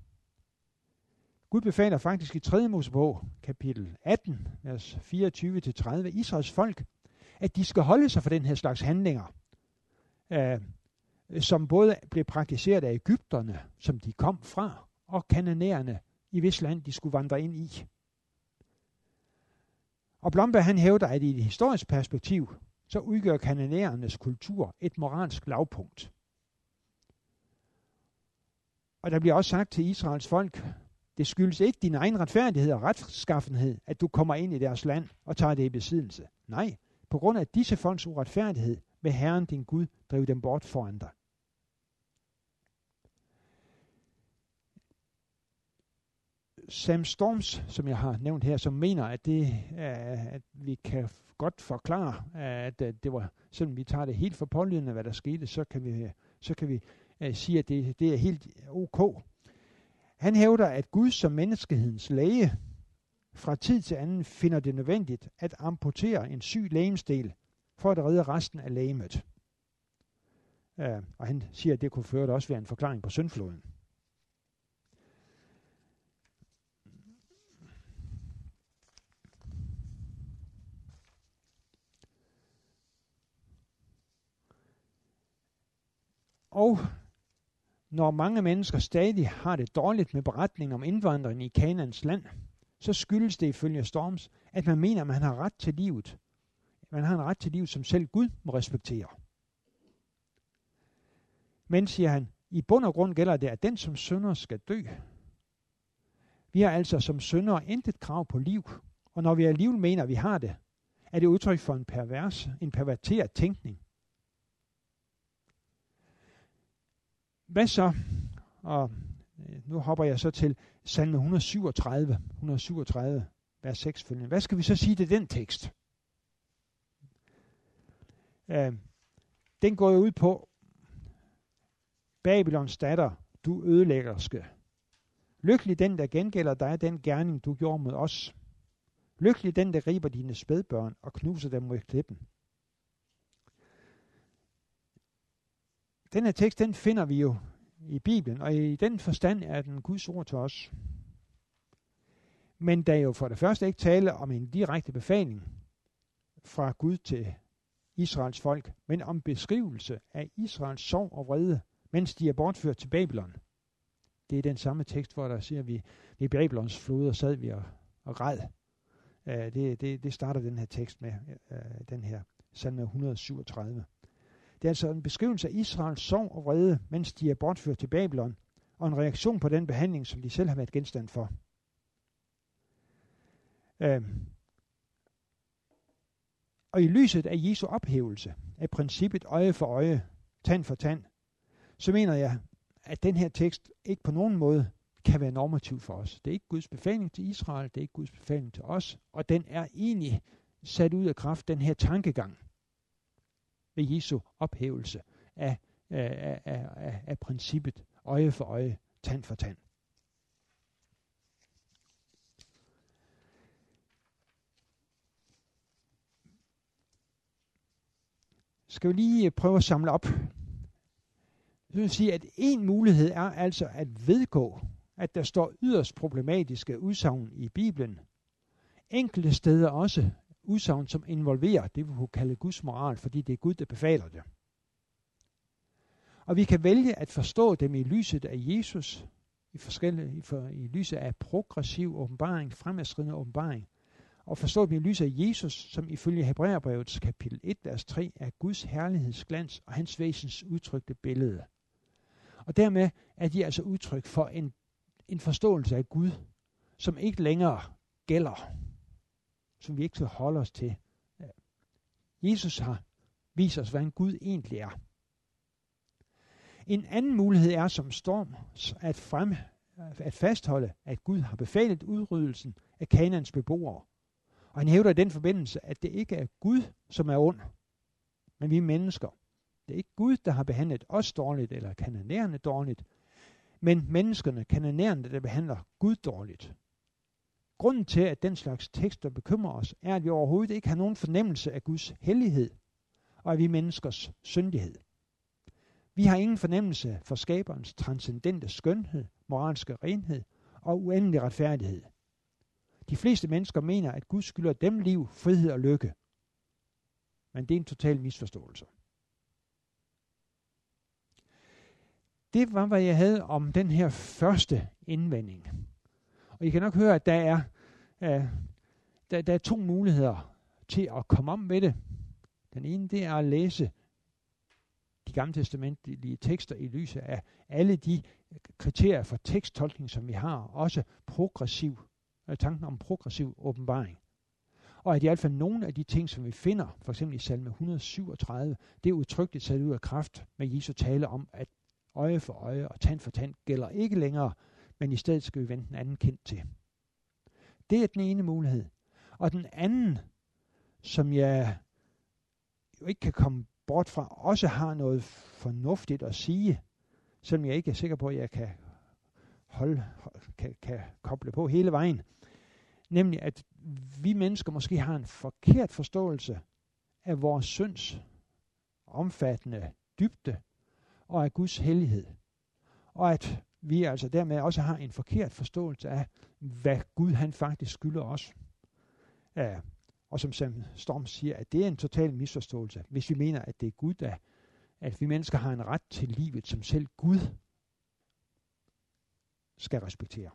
Speaker 1: Gud befaler faktisk i tredje Mosebog, kapitel atten, vers fireogtyve til tredive, Israels folk, at de skal holde sig for den her slags handlinger, øh, som både blev praktiseret af egypterne, som de kom fra, og kananæerne, i hvis land de skulle vandre ind i. Og Blomberg han hævder, at i et historisk perspektiv, så udgør kananæernes kultur et moralsk lavpunkt. Og der bliver også sagt til Israels folk, det skyldes ikke din egen retfærdighed og retskaffenhed, at du kommer ind i deres land og tager det i besiddelse. Nej, på grund af disse folks uretfærdighed vil Herren din Gud drive dem bort foran dig. Sam Storms, som jeg har nævnt her, som mener, at, det, at vi kan godt forklare, at det var, selvom vi tager det helt for pålydende, hvad der skete, så kan vi, så kan vi uh, sige, at det, det er helt ok. Han hævder, at Gud som menneskehedens læge fra tid til anden finder det nødvendigt at amputere en syg legemsdel for at redde resten af legemet. Uh, og han siger, at det kunne føre også være en forklaring på syndfloden. Og når mange mennesker stadig har det dårligt med beretningen om indvandringen i Kanaans land, så skyldes det ifølge Storms, at man mener, at man har ret til livet. Man har en ret til livet, som selv Gud må respektere. Men, siger han, i bund og grund gælder det, at den som synder skal dø. Vi har altså som syndere intet krav på liv, og når vi alligevel mener, at vi har det, er det udtryk for en pervers, en perverteret tænkning. Hvad så? Og nu hopper jeg så til salme et hundrede syvogtredive, et hundrede syvogtredive, vers seks følgende. Hvad skal vi så sige til den tekst? Uh, den går jo ud på, Babylons datter, du ødelæggerske. Lykkelig den, der gengælder dig den gerning, du gjorde mod os. Lykkelig den, der griber dine spædbørn og knuser dem mod klippen. Den her tekst, den finder vi jo i Bibelen, og i den forstand er den Guds ord til os. Men der er jo for det første ikke tale om en direkte befaling fra Gud til Israels folk, men om beskrivelse af Israels sorg og vrede, mens de er bortført til Babylon. Det er den samme tekst, hvor der siger, at vi i Babylons floder sad vi og, og græd. Uh, det, det, det starter den her tekst med, uh, den her salme et hundrede syvogtredive. Det er altså en beskrivelse af Israels sorg og vrede, mens de er bortført til Babylon, og en reaktion på den behandling, som de selv har været genstand for. Øhm. Og i lyset af Jesu ophævelse af princippet øje for øje, tand for tand, så mener jeg, at den her tekst ikke på nogen måde kan være normativ for os. Det er ikke Guds befaling til Israel, det er ikke Guds befaling til os, og den er egentlig sat ud af kraft, den her tankegang ved Jesu ophævelse af, af, af, af, af princippet øje for øje, tand for tand. Skal vi lige prøve at samle op? Jeg vil sige, at en mulighed er altså at vedgå, at der står yderst problematiske udsagn i Bibelen. Enkelte steder også udsagn, som involverer det, vi kunne kalde Guds moral, fordi det er Gud, der befaler det. Og vi kan vælge at forstå dem i lyset af Jesus, i, forskellige, i, for, i lyset af progressiv åbenbaring, fremadskridende åbenbaring, og forstået i lyset af Jesus, som ifølge Hebræerbrevets kapitel et, vers tre, er Guds herlighedsglans og hans væsens udtrykte billede. Og dermed er de altså udtryk for en, en forståelse af Gud, som ikke længere gælder, som vi ikke skal holde os til. Jesus har vist os, hvordan Gud egentlig er. En anden mulighed er som Storm at, frem, at fastholde, at Gud har befalet udryddelsen af Kanaans beboere. Og han hævder i den forbindelse, at det ikke er Gud, som er ond, men vi mennesker. Det er ikke Gud, der har behandlet os dårligt, eller kananærerne dårligt, men menneskerne, kananærerne, der behandler Gud dårligt. Grunden til, at den slags tekster bekymrer os, er, at vi overhovedet ikke har nogen fornemmelse af Guds hellighed, og af vi menneskers syndighed. Vi har ingen fornemmelse for skaberens transcendente skønhed, moralske renhed og uendelig retfærdighed. De fleste mennesker mener, at Gud skylder dem liv, frihed og lykke. Men det er en total misforståelse. Det var, hvad jeg havde om den her første indvending. Og I kan nok høre, at der er, uh, der, der er to muligheder til at komme om med det. Den ene, det er at læse de gamle testamentlige tekster i lyset af alle de kriterier for teksttolkning, som vi har, også progressiv, tanken om progressiv åbenbaring. Og at i hvert fald nogle af de ting, som vi finder, for eksempel i salme et hundrede syvogtredive, det er udtrykkeligt sat ud af kraft med Jesu tale om, at øje for øje og tand for tand gælder ikke længere, men i stedet skal vi vende den anden kind til. Det er den ene mulighed. Og den anden, som jeg jo ikke kan komme bort fra, også har noget fornuftigt at sige, selvom jeg ikke er sikker på, at jeg kan, holde, kan, kan koble på hele vejen. Nemlig, at vi mennesker måske har en forkert forståelse af vores synds omfattende dybde og af Guds hellighed. Og at vi altså dermed også har en forkert forståelse af, hvad Gud han faktisk skylder os. Ja, og som Sam Storm siger, at det er en total misforståelse, hvis vi mener, at det er Gud, der, at vi mennesker har en ret til livet, som selv Gud skal respektere.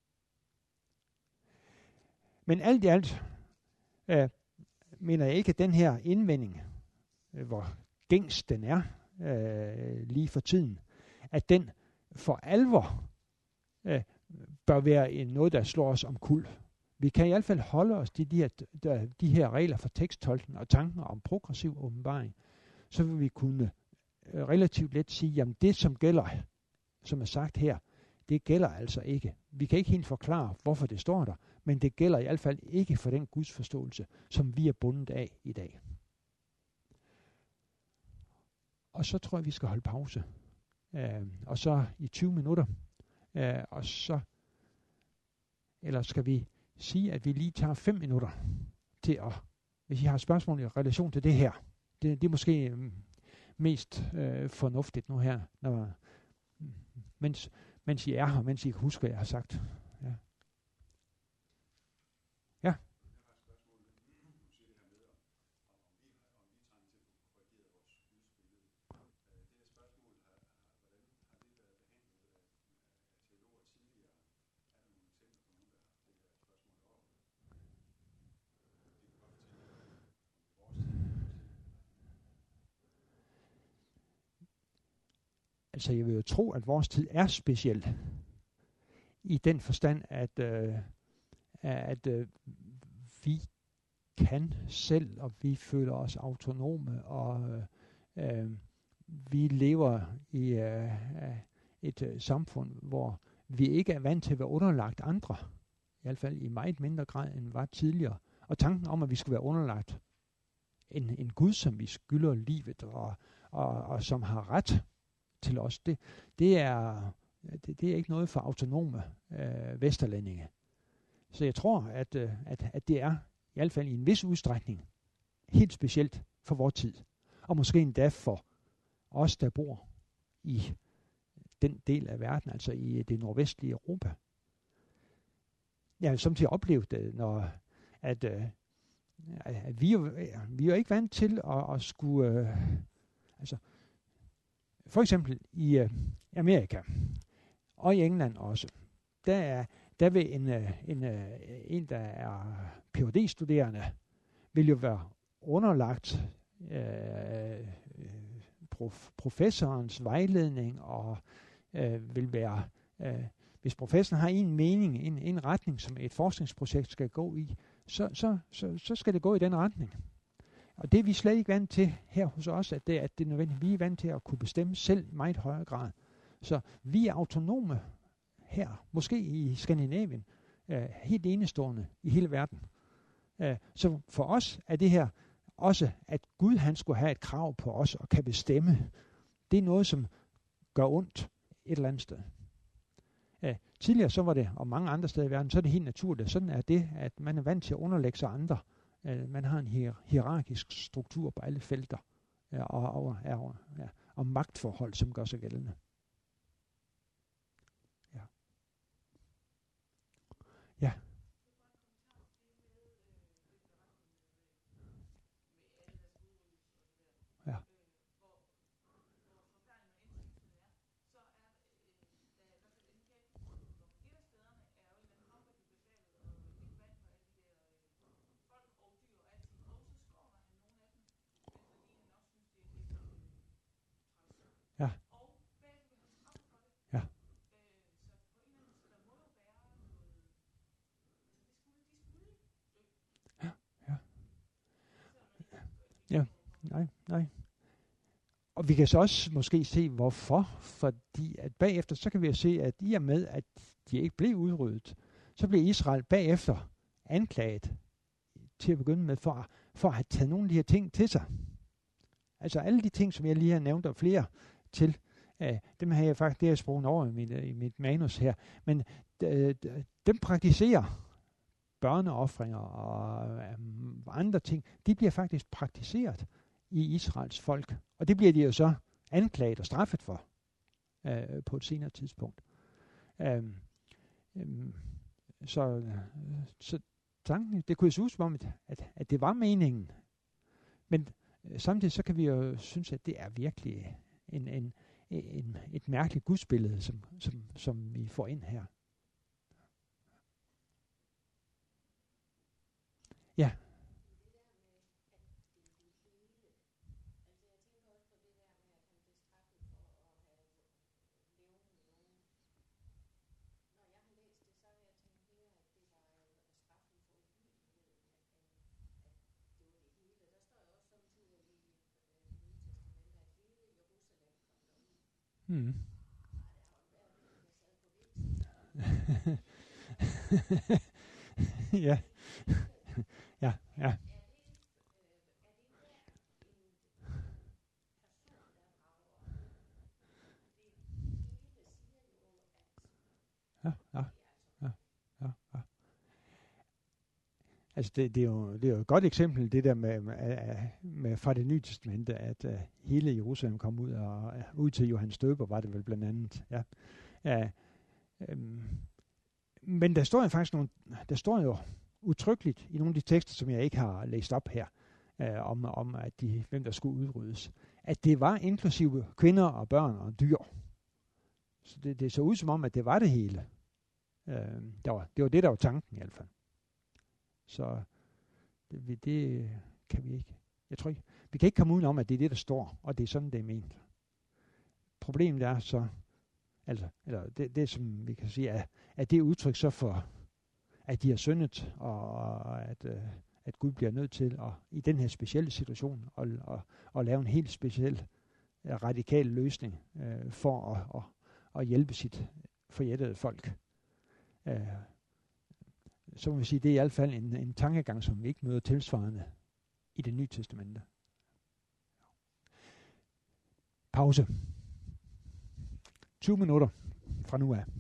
Speaker 1: Men alt i alt øh, mener jeg ikke, at den her indvending, øh, hvor gængs den er øh, lige for tiden, at den for alvor øh, bør være en, noget, der slår os om kul. Vi kan i hvert fald holde os til de her, der, de her regler for teksttolkning og tanker om progressiv åbenbaring, så vil vi kunne øh, relativt let sige, jamen det som gælder, som er sagt her, det gælder altså ikke. Vi kan ikke helt forklare, hvorfor det står der, men det gælder i hvert fald ikke for den gudsforståelse, som vi er bundet af i dag. Og så tror jeg, vi skal holde pause. Uh, og så i tyve minutter. Uh, og så, eller skal vi sige, at vi lige tager fem minutter til at, hvis I har spørgsmål i relation til det her. Det, det er måske um, mest uh, fornuftigt nu her, når, mens, mens I er her, mens I kan huske, hvad jeg har sagt. Ja. Ja. Altså jeg vil jo tro, at vores tid er speciel i den forstand, at, øh, at øh, vi kan selv, og vi føler os autonome, og øh, vi lever i øh, et øh, samfund, hvor vi ikke er vant til at være underlagt andre, i hvert fald i meget mindre grad end var tidligere. Og tanken om, at vi skal være underlagt en, en Gud, som vi skylder livet, og, og, og som har ret til os, det, det, er, det, det er ikke noget for autonome øh, vesterlændinge. Så jeg tror, at, øh, at, at det er, i hvert fald i en vis udstrækning, helt specielt for vores tid. Og måske endda for os, der bor i den del af verden, altså i det nordvestlige Europa. Jeg har samtidig oplevet det, når, at, øh, at vi, vi er ikke vant til at, at skulle... Øh, altså, for eksempel i øh, Amerika, og i England også. Der, er, der vil en, en, en, der er P H D-studerende, vil jo være underlagt øh, prof, professorens vejledning, og øh, vil være, øh, hvis professoren har en mening, en, en retning, som et forskningsprojekt skal gå i, så, så, så, så skal det gå i den retning. Og det er vi slet ikke vant til her hos os, at det, at det er nødvendigt. Vi er vant til at kunne bestemme selv meget højere grad. Så vi er autonome her, måske i Skandinavien, øh, helt enestående i hele verden. Øh, så for os er det her også, at Gud han skulle have et krav på os og kan bestemme. Det er noget, som gør ondt et eller andet sted. Øh, tidligere så var det, og mange andre steder i verden, så er det helt naturligt. Sådan er det, at man er vant til at underlægge sig andre. Øh, man har en hier- hierarkisk struktur på alle felter, øh, og, og, og, ja, og magtforhold, som gør sig gældende. Ja. Ja. Ja. Ja. Ja. Ja. Ja. Ja. Nej, nej. Og vi kan så også måske se, hvorfor. Fordi at bagefter, så kan vi jo se, at i og med, at de ikke blev udryddet, så blev Israel bagefter anklaget til at begynde med, for, for at have taget nogle af de her ting til sig. Altså alle de ting, som jeg lige har nævnt, og flere til, øh, dem har jeg faktisk, det har jeg sprunget over i mit, i mit manus her, men øh, dem praktiserer børneoffringer og øh, andre ting, de bliver faktisk praktiseret i Israels folk. Og det bliver de jo så anklaget og straffet for øh, på et senere tidspunkt. Øh, øh, så, øh, så tanken, det kunne se ud som om, at, at det var meningen. Men øh, samtidig så kan vi jo synes, at det er virkelig en, en, en, et mærkeligt gudsbillede, som, som, som vi får ind her. Ja. Mm. Ja. Ja, ja. Ja, ja, ja, ja, ja. Altså det, det, er jo, det er jo et godt eksempel, det der med, med, med fra det nye testamente, at uh, hele Jerusalem kom ud, og uh, ud til Johannes Døber var det vel blandt andet. Ja. Uh, um, men der står jo faktisk nogle, der står jo udtrykkeligt i nogle af de tekster, som jeg ikke har læst op her, uh, om, om at de, hvem der skulle udryddes, at det var inklusive kvinder og børn og dyr. Så det, det så ud som om, at det var det hele. Uh, det, var, det var det, der var tanken i hvert fald. Så det, det kan vi ikke. Jeg tror ikke. Vi kan ikke komme ud om, at det er det, der står, og det er sådan, det er ment. Problemet er så, altså, eller det, det som vi kan sige, er, at det er udtryk så for, at de har syndet, og at, uh, at Gud bliver nødt til, at, i den her specielle situation, at, at, at lave en helt speciel, radikal løsning uh, for at, at, at hjælpe sit forjættede folk. Uh, Så må vi sige, det er i hvert fald en, en tankegang, som vi ikke møder tilsvarende i det nye testamente. Pause. tyve minutter fra nu af.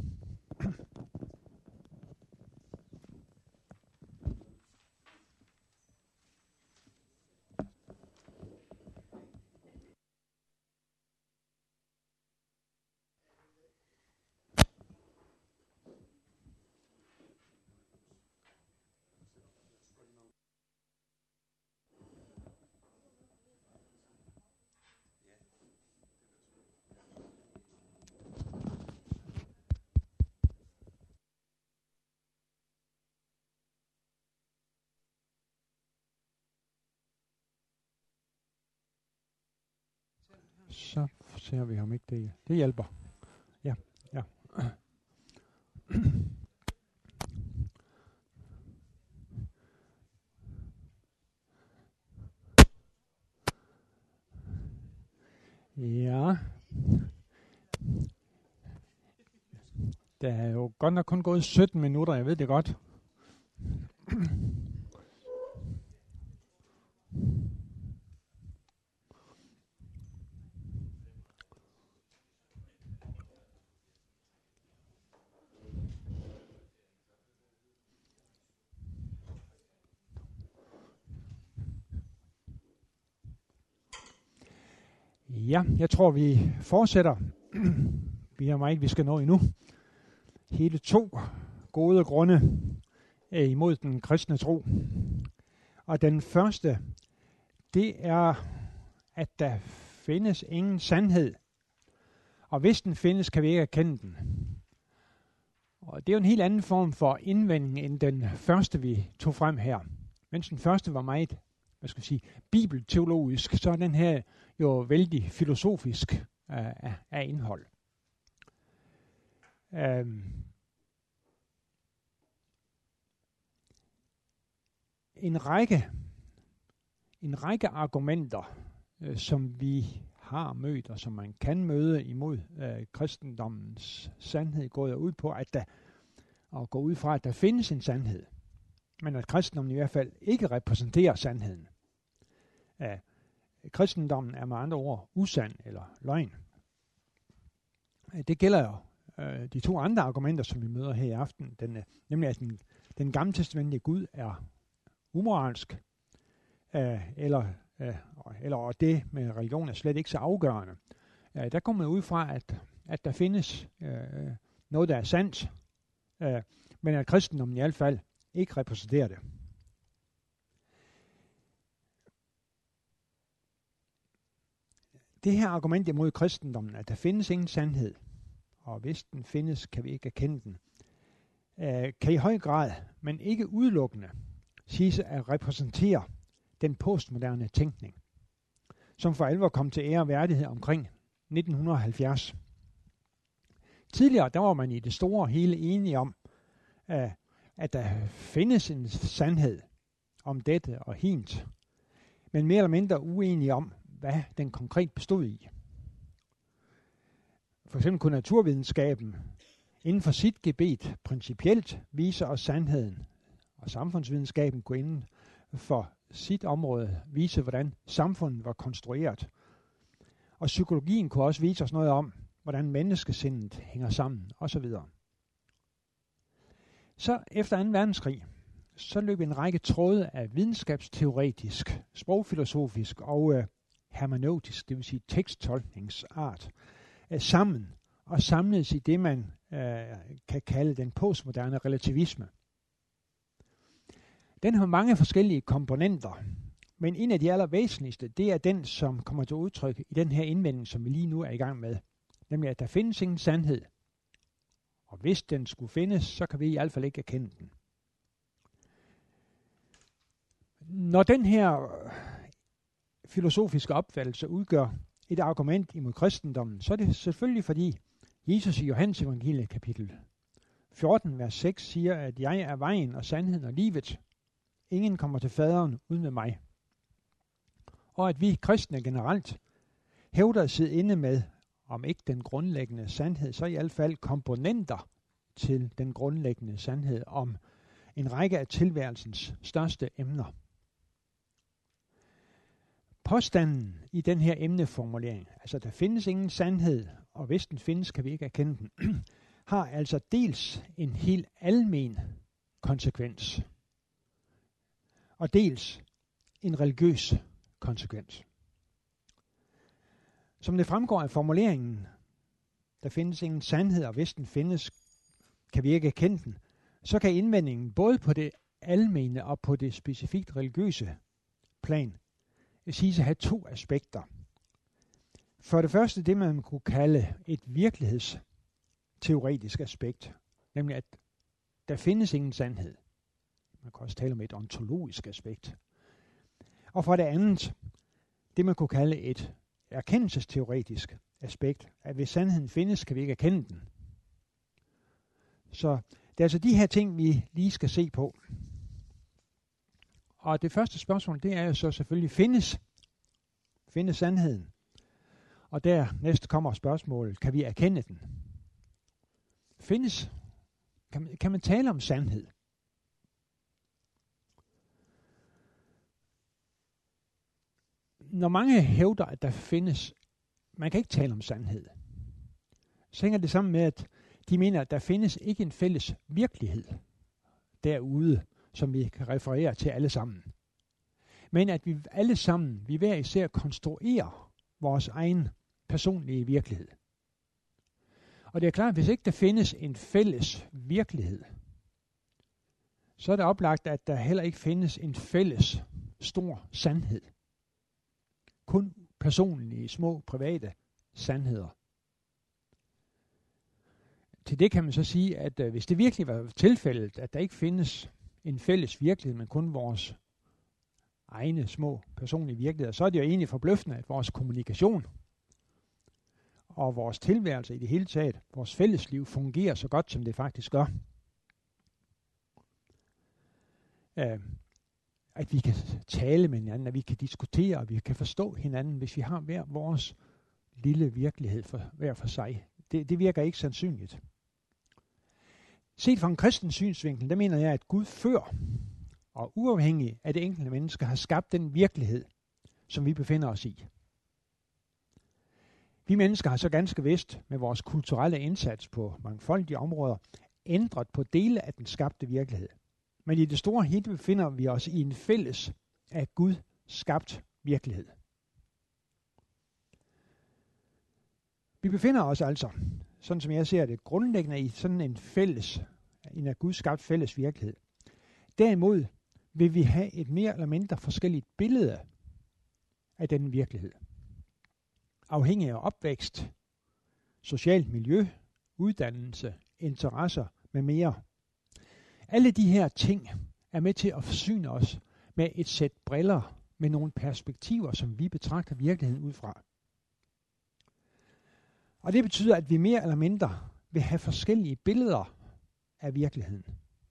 Speaker 1: Så ser vi ham ikke det. Det hjælper. Ja, ja. Ja. Der er jo godt nok kun gået sytten minutter, jeg ved det godt. Ja, jeg tror, vi fortsætter. Vi har meget, vi skal nå endnu. Hele to gode grunde er imod den kristne tro. Og den første, det er, at der findes ingen sandhed. Og hvis den findes, kan vi ikke erkende den. Og det er jo en helt anden form for indvending end den første, vi tog frem her. Mens den første var meget, hvad skal jeg sige, bibelteologisk, så er den her jo vældig filosofisk af, af, af indhold. Um, en række en række argumenter, øh, som vi har mødt, og som man kan møde imod øh, kristendommens sandhed, går jeg ud på, at der, og går ud fra, at der findes en sandhed, men at kristendommen i hvert fald ikke repræsenterer sandheden. Øh, kristendommen er med andre ord usand eller løgn. Øh, det gælder jo øh, de to andre argumenter, som vi møder her i aften, den, øh, nemlig at den, den gamle testamentlige Gud er umoralsk, øh, eller, øh, eller det med religion er slet ikke så afgørende. Øh, der kommer man ud fra, at, at der findes øh, noget, der er sandt, øh, men at kristendommen i hvert fald ikke repræsenterer det. Det her argument imod kristendommen, at der findes ingen sandhed, og hvis den findes, kan vi ikke erkende den, øh, kan i høj grad, men ikke udelukkende, siges at repræsentere den postmoderne tænkning, som for alvor kom til ære og værdighed omkring nitten halvfjerds. Tidligere der var man i det store hele enige om, at der findes en sandhed om dette og hint, men mere eller mindre uenige om, hvad den konkret bestod i. For eksempel kunne naturvidenskaben inden for sit gebet principielt vise os sandheden, og samfundsvidenskaben kunne inden for sit område vise, hvordan samfundet var konstrueret. Og psykologien kunne også vise os noget om, hvordan menneskesindet hænger sammen, osv. Så efter anden verdenskrig, så løb en række tråde af videnskabsteoretisk, sprogfilosofisk og øh, hermeneutisk, det vil sige teksttolkningsart, øh, sammen og samledes i det, man øh, kan kalde den postmoderne relativisme. Den har mange forskellige komponenter, men en af de allervæsentligste, det er den, som kommer til udtryk i den her indvending, som vi lige nu er i gang med. Nemlig, at der findes ingen sandhed. Og hvis den skulle findes, så kan vi i hvert fald ikke erkende den. Når den her filosofiske opfattelse udgør et argument imod kristendommen, så er det selvfølgelig fordi Jesus i Johannes evangeliet kapitel fjorten, vers seks siger, at jeg er vejen og sandheden og livet. Ingen kommer til faderen uden ved mig. Og at vi kristne generelt hævder at sidde inde med, om ikke den grundlæggende sandhed, så i hvert fald komponenter til den grundlæggende sandhed om en række af tilværelsens største emner. Påstanden i den her emneformulering, altså der findes ingen sandhed, og hvis den findes, kan vi ikke erkende den, har altså dels en helt almen konsekvens, og dels en religiøs konsekvens. Som det fremgår af formuleringen, der findes ingen sandhed, og hvis den findes, kan vi ikke erkende den, så kan indvendingen både på det almene og på det specifikt religiøse plan siges at have to aspekter. For det første det, man kunne kalde et virkelighedsteoretisk aspekt, nemlig at der findes ingen sandhed. Man kan også tale om et ontologisk aspekt. Og for det andet, det man kunne kalde et erkendelsesteoretisk aspekt, at hvis sandheden findes, kan vi ikke erkende den. Så det er altså de her ting, vi lige skal se på. Og det første spørgsmål, det er jo så selvfølgelig, findes, findes sandheden? Og der næste kommer spørgsmålet, kan vi erkende den? Findes, kan man, kan man tale om sandhed? Når mange hævder, at der findes, man kan ikke tale om sandhed, så hænger det sammen med, at de mener, at der findes ikke en fælles virkelighed derude, som vi kan referere til alle sammen. Men at vi alle sammen, vi hver især konstruerer vores egen personlige virkelighed. Og det er klart, at hvis ikke der findes en fælles virkelighed, så er det oplagt, at der heller ikke findes en fælles stor sandhed. Kun personlige, små, private sandheder. Til det kan man så sige, at øh, hvis det virkelig var tilfældet, at der ikke findes en fælles virkelighed, men kun vores egne små personlige virkeligheder, så er det jo egentlig forbløffende, at vores kommunikation og vores tilværelse i det hele taget, vores fællesliv, fungerer så godt, som det faktisk gør. Øh, at vi kan tale med hinanden, at vi kan diskutere, og vi kan forstå hinanden, hvis vi har hver vores lille virkelighed for hver for sig. Det, det virker ikke sandsynligt. Set fra en kristen synsvinkel, der mener jeg, at Gud før og uafhængig af det enkelte menneske har skabt den virkelighed, som vi befinder os i. Vi mennesker har så ganske vist med vores kulturelle indsats på mangfoldige områder ændret på dele af den skabte virkelighed. Men i det store hele befinder vi os i en fælles af Gud skabt virkelighed. Vi befinder os altså, sådan som jeg ser det, grundlæggende i sådan en fælles, en af Gud skabt fælles virkelighed. Derimod vil vi have et mere eller mindre forskelligt billede af den virkelighed. Afhængig af opvækst, socialt miljø, uddannelse, interesser med mere. Alle de her ting er med til at forsyne os med et sæt briller, med nogle perspektiver, som vi betragter virkeligheden ud fra. Og det betyder, at vi mere eller mindre vil have forskellige billeder af virkeligheden.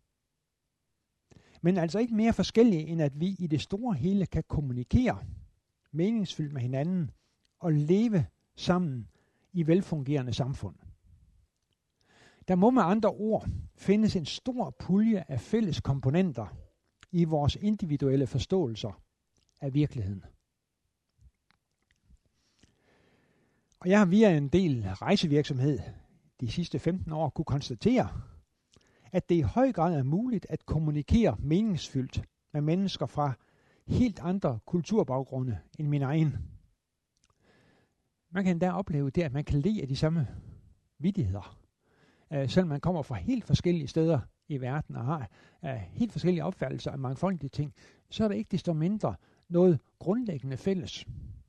Speaker 1: Men altså ikke mere forskellige, end at vi i det store hele kan kommunikere meningsfyldt med hinanden og leve sammen i velfungerende samfund. Der må med andre ord findes en stor pulje af fælles komponenter i vores individuelle forståelser af virkeligheden. Og jeg har via en del rejsevirksomhed de sidste femten år kunne konstatere, at det i høj grad er muligt at kommunikere meningsfyldt med mennesker fra helt andre kulturbaggrunde end min egen. Man kan endda opleve det, at man kan le af de samme vittigheder. Uh, selvom man kommer fra helt forskellige steder i verden og har uh, helt forskellige opfattelser af mangfoldige ting, så er der ikke desto mindre noget grundlæggende fælles.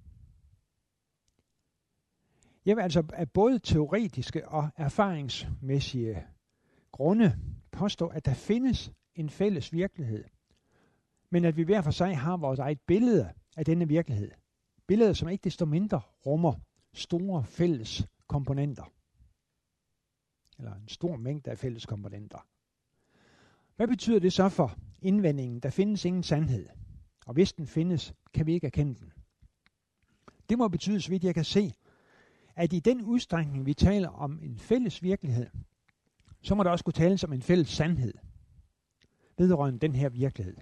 Speaker 1: Jeg vil altså af både teoretiske og erfaringsmæssige grunde påstå, at der findes en fælles virkelighed, men at vi hver for sig har vores eget billede af denne virkelighed. Billeder, som ikke desto mindre rummer store fælles komponenter. Eller en stor mængde af fælles komponenter. Hvad betyder det så for indvendingen? Der findes ingen sandhed. Og hvis den findes, kan vi ikke erkende den. Det må betyde, så vidt jeg kan se, at i den udstrækning, vi taler om en fælles virkelighed, så må der også kunne tales om en fælles sandhed vedrørende den her virkelighed.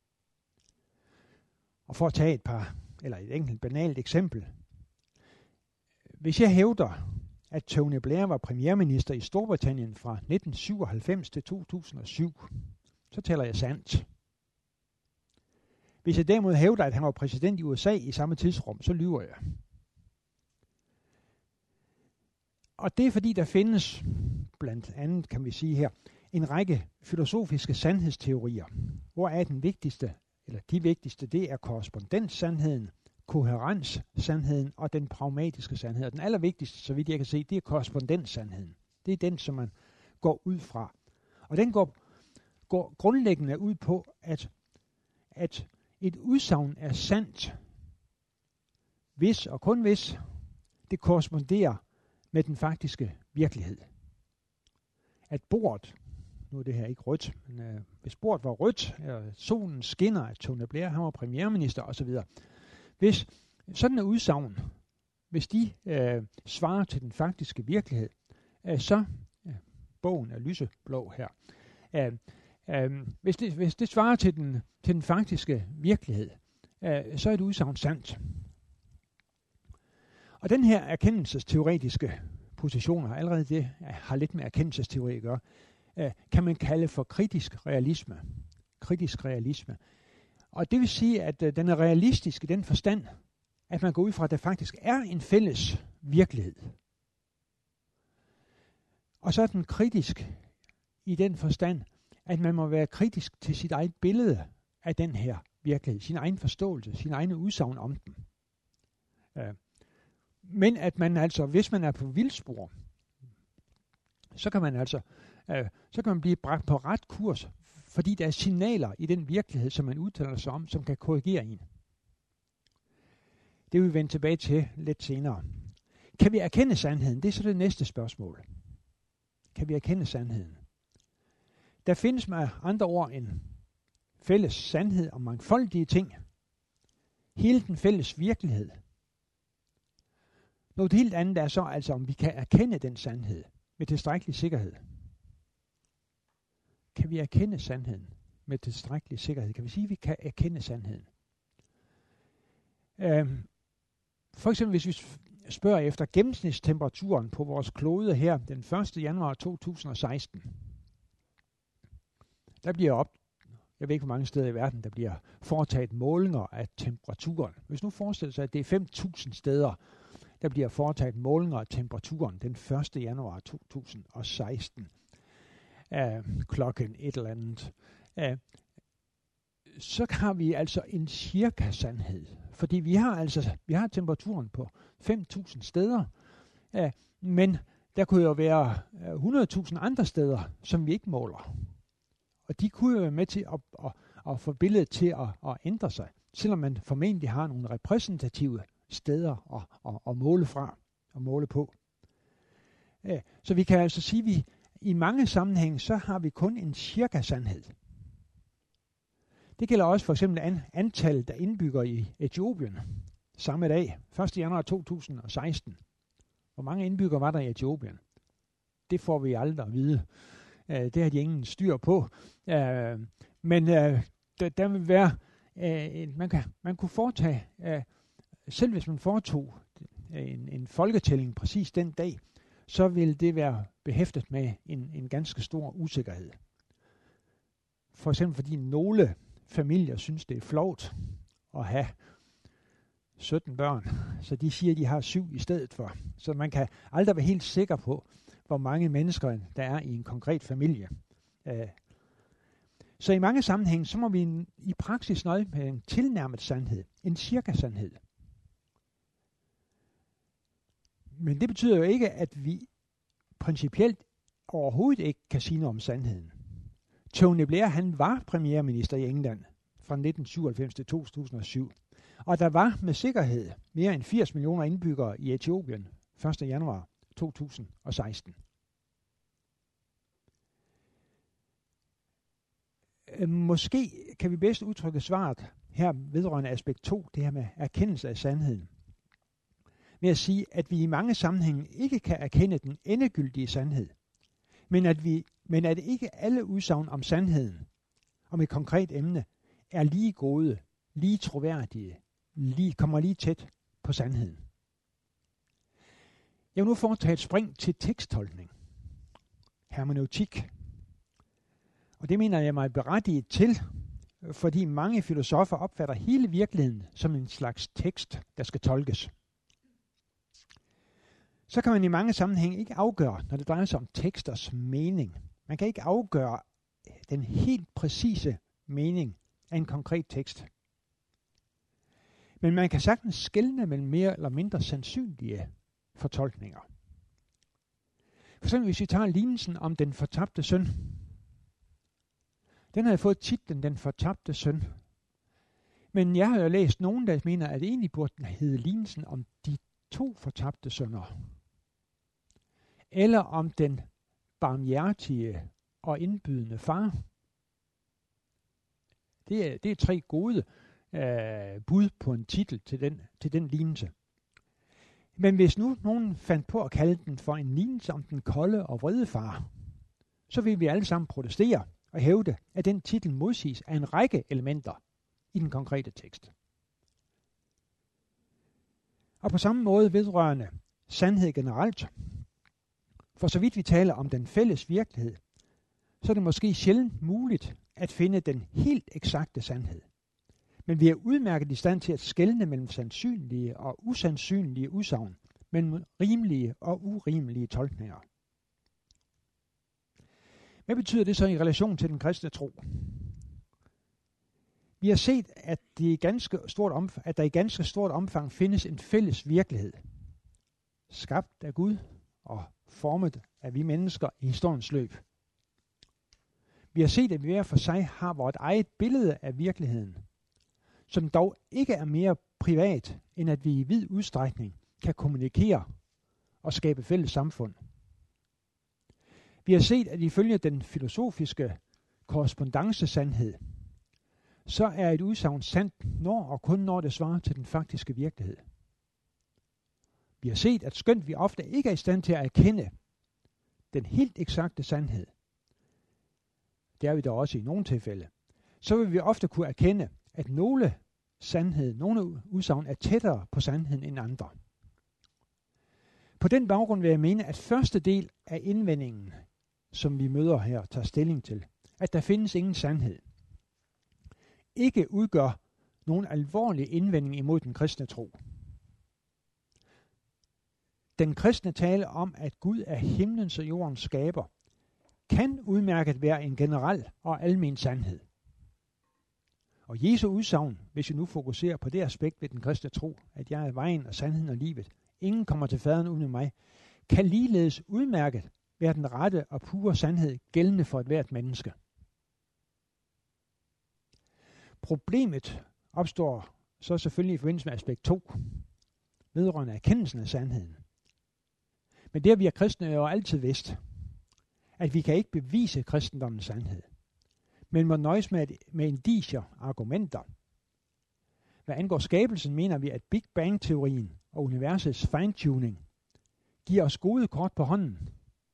Speaker 1: Og for at tage et par, eller et enkelt banalt eksempel. Hvis jeg hævder, at Tony Blair var premierminister i Storbritannien fra nitten syvoghalvfems til to tusind og syv, så taler jeg sandt. Hvis jeg derimod hævder, at han var præsident i U S A i samme tidsrum, så lyver jeg. Og det er fordi, der findes, blandt andet kan vi sige her, en række filosofiske sandhedsteorier, hvoraf den vigtigste, eller de vigtigste, det er korrespondenssandheden, koherenssandheden og den pragmatiske sandhed. Og den allervigtigste, så vidt jeg kan se, det er korrespondenssandheden. Det er den, som man går ud fra. Og den går, går grundlæggende ud på, at, at et udsagn er sandt, hvis og kun hvis det korresponderer med den faktiske virkelighed. At bordet, nu er det her ikke rødt, men øh, hvis bordet var rødt, eller solen skinner, at Tony Blair, han var premierminister osv. Hvis sådan en udsagn, hvis de øh, svarer til den faktiske virkelighed, øh, så, øh, bogen er lyseblå her, øh, øh, hvis, det, hvis det svarer til den, til den faktiske virkelighed, øh, så er det udsagn sandt. Og den her erkendelsesteoretiske positioner, allerede det har lidt med erkendelsesteori at gøre, øh, kan man kalde for kritisk realisme. Kritisk realisme. Og det vil sige, at øh, den er realistisk i den forstand, at man går ud fra, at der faktisk er en fælles virkelighed. Og så er den kritisk i den forstand, at man må være kritisk til sit eget billede af den her virkelighed, sin egen forståelse, sin egen udsagn om den. Øh, Men at man altså, hvis man er på vildspor, så kan man altså, øh, så kan man blive bragt på ret kurs, fordi der er signaler i den virkelighed, som man udtaler sig om, som kan korrigere en. Det vil vi vende tilbage til lidt senere. Kan vi erkende sandheden? Det er så det næste spørgsmål. Kan vi erkende sandheden? Der findes med andre ord en fælles sandhed om mangfoldige ting. Hele den fælles virkelighed. Noget helt andet er så altså, om vi kan erkende den sandhed med tilstrækkelig sikkerhed. Kan vi erkende sandheden med tilstrækkelig sikkerhed? Kan vi sige, at vi kan erkende sandheden? Øhm, for eksempel hvis vi spørger efter gennemsnitstemperaturen på vores klode her den første januar to tusind og seksten. Der bliver op, jeg ved ikke hvor mange steder i verden, der bliver foretaget målinger af temperaturen. Hvis nu forestiller sig, at det er fem tusind steder, der bliver foretaget målinger af temperaturen den første januar to tusind og seksten. Uh, klokken et eller andet. Uh, så har vi altså en cirka sandhed. Fordi vi har altså vi har temperaturen på fem tusind steder. Uh, men der kunne jo være uh, hundrede tusind andre steder, som vi ikke måler. Og de kunne jo være med til at, at, at få billedet til at, at ændre sig. Selvom man formentlig har nogle repræsentative steder at, at, at måle fra og måle på. Ja, så vi kan altså sige, at vi i mange sammenhænge, så har vi kun en cirka sandhed. Det gælder også for eksempel an, antallet af indbyggere i Etiopien samme dag, første januar to tusind og seksten. Hvor mange indbyggere var der i Etiopien? Det får vi aldrig at vide. Uh, det har de ingen styr på. Uh, men uh, der, der vil være, uh, man, kan, man kunne foretage, uh, selv hvis man foretog en, en folketælling præcis den dag, så vil det være behæftet med en, en ganske stor usikkerhed. For eksempel fordi nogle familier synes, det er flovt at have sytten børn, så de siger, at de har syv i stedet for. Så man kan aldrig være helt sikker på, hvor mange mennesker der er i en konkret familie. Så i mange sammenhænge, så må vi i praksis nøje med en tilnærmet sandhed, en cirka sandhed. Men det betyder jo ikke, at vi principielt overhovedet ikke kan sige noget om sandheden. Tony Blair, han var premierminister i England fra nitten syvoghalvfems til to tusind og syv. Og der var med sikkerhed mere end firs millioner indbyggere i Etiopien første januar to tusind og seksten. Måske kan vi bedst udtrykke svaret her vedrørende aspekt to, det her med erkendelse af sandheden, med at sige, at vi i mange sammenhænge ikke kan erkende den endegyldige sandhed, men at, vi, men at ikke alle udsagn om sandheden, om et konkret emne, er lige gode, lige troværdige, lige, kommer lige tæt på sandheden. Jeg vil nu foretage et spring til teksttolkning, hermeneutik. Og det mener jeg mig berettiget til, fordi mange filosofer opfatter hele virkeligheden som en slags tekst, der skal tolkes. Så kan man i mange sammenhænge ikke afgøre, når det drejer sig om teksters mening. Man kan ikke afgøre den helt præcise mening af en konkret tekst. Men man kan sagtens skelne mellem mere eller mindre sandsynlige fortolkninger. For eksempel hvis vi tager lignelsen om den fortabte søn. Den har fået titlen Den fortabte søn. Men jeg har jo læst nogen, der mener, at det egentlig burde hedde lignelsen om de to fortabte sønner. Eller om den barmhjertige og indbydende far. Det er, det er tre gode øh, bud på en titel til den, til den lignelse. Men hvis nu nogen fandt på at kalde den for en lignelse om den kolde og vrede far, så vil vi alle sammen protestere og hævde, at den titel modsiges af en række elementer i den konkrete tekst. Og på samme måde vedrørende sandhed generelt. For så vidt vi taler om den fælles virkelighed, så er det måske sjældent muligt at finde den helt eksakte sandhed. Men vi er udmærket i stand til at skelne mellem sandsynlige og usandsynlige udsagn, mellem rimelige og urimelige tolkninger. Hvad betyder det så i relation til den kristne tro? Vi har set, at, det i ganske stort omfang, at der i ganske stort omfang findes en fælles virkelighed, skabt af Gud og formet af vi mennesker i historiens løb. Vi har set, at vi hver for sig har vores eget billede af virkeligheden, som dog ikke er mere privat, end at vi i vid udstrækning kan kommunikere og skabe fælles samfund. Vi har set, at ifølge den filosofiske korrespondancesandhed, så er et udsagn sandt, når og kun når det svarer til den faktiske virkelighed. Vi har set, at skønt vi ofte ikke er i stand til at erkende den helt eksakte sandhed, det er vi da også i nogle tilfælde, så vil vi ofte kunne erkende, at nogle sandhed, nogle udsagn er tættere på sandheden end andre. På den baggrund vil jeg mene, at første del af indvendingen, som vi møder her, tager stilling til, at der findes ingen sandhed, ikke udgør nogen alvorlig indvending imod den kristne tro. Den kristne tale om, at Gud er himlens og jordens skaber, kan udmærket være en generel og almen sandhed. Og Jesu udsagn, hvis vi nu fokuserer på det aspekt ved den kristne tro, at jeg er vejen og sandheden og livet, ingen kommer til faderen uden mig, kan ligeledes udmærket være den rette og pure sandhed gældende for et hvert menneske. Problemet opstår så selvfølgelig i forbindelse med aspekt to, vedrørende erkendelsen af sandheden. Men det har vi af kristne jo altid vidst, at vi kan ikke bevise kristendommens sandhed, men må nøjes med, med indicier, argumenter. Hvad angår skabelsen, mener vi, at Big Bang-teorien og universets fine-tuning giver os gode kort på hånden.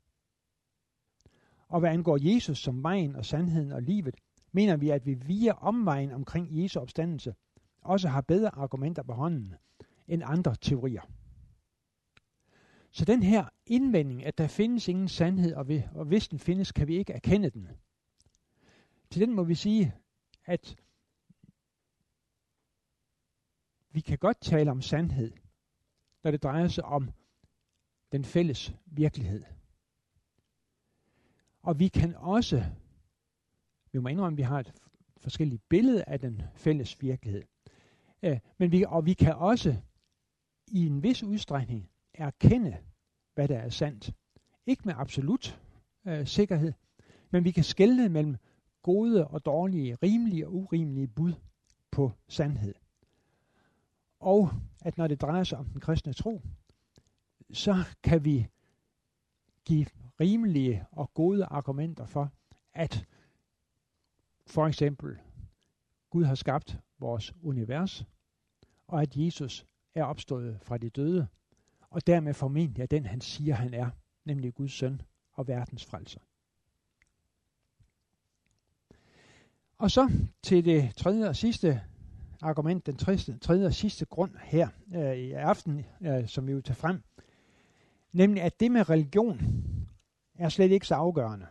Speaker 1: Og hvad angår Jesus som vejen og sandheden og livet, mener vi, at vi via omvejen omkring Jesu opstandelse også har bedre argumenter på hånden end andre teorier. Så den her indvending, at der findes ingen sandhed, og, vi, og hvis den findes, kan vi ikke erkende den. Til den må vi sige, at vi kan godt tale om sandhed, når det drejer sig om den fælles virkelighed. Og vi kan også, vi må indrømme, at vi har et forskelligt billede af den fælles virkelighed. Men vi, og vi kan også i en vis udstrækning erkende, hvad der er sandt. Ikke med absolut øh, sikkerhed, men vi kan skelne mellem gode og dårlige, rimelige og urimelige bud på sandhed. Og at når det drejer sig om den kristne tro, så kan vi give rimelige og gode argumenter for, at for eksempel Gud har skabt vores univers, og at Jesus er opstået fra de døde, og dermed formentlig er den, han siger, han er, nemlig Guds søn og verdens frelser. Og så til det tredje og sidste argument, den tredje, tredje og sidste grund her øh, i aften, øh, som vi vil tage frem, nemlig at det med religion er slet ikke så afgørende.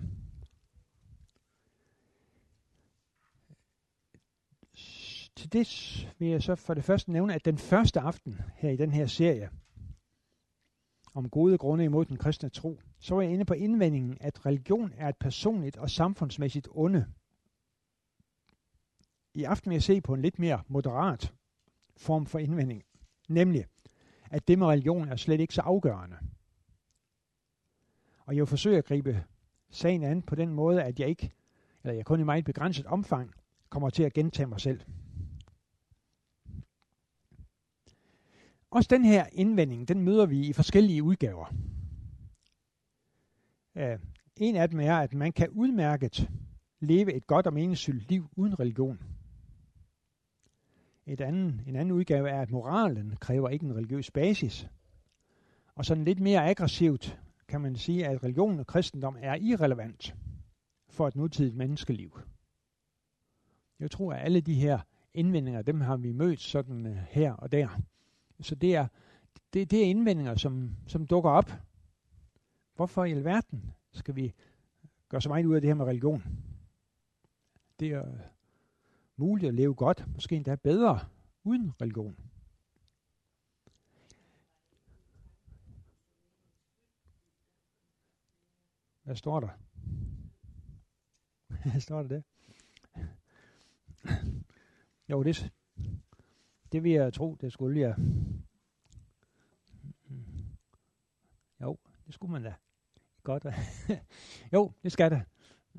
Speaker 1: Til det vil jeg så for det første nævne, at den første aften her i den her serie om gode grunde imod den kristne tro, så var jeg inde på indvendingen, at religion er et personligt og samfundsmæssigt onde. I aften vil jeg se på en lidt mere moderat form for indvending, nemlig at det med religion er slet ikke så afgørende. Og jeg vil forsøge at gribe sagen an på den måde, at jeg ikke, eller jeg kun i meget begrænset omfang, kommer til at gentage mig selv. Også den her indvending, den møder vi i forskellige udgaver. Uh, en af dem er, at man kan udmærket leve et godt og meningsfyldt liv uden religion. Et anden, en anden udgave er, at moralen kræver ikke en religiøs basis. Og sådan lidt mere aggressivt kan man sige, at religion og kristendom er irrelevant for et nutidigt menneskeliv. Jeg tror, at alle de her indvendinger, dem har vi mødt sådan uh, her og der. Så det er, det, det er indvendinger, som, som dukker op. Hvorfor i alverden skal vi gøre så meget ud af det her med religion? Det er muligt at leve godt, måske endda bedre, uden religion. Hvad står der? Hvad står der der? Jo, det, det vil jeg tro, det skulle jeg. Jo, det skulle man da. Godt. Jo, det skal det.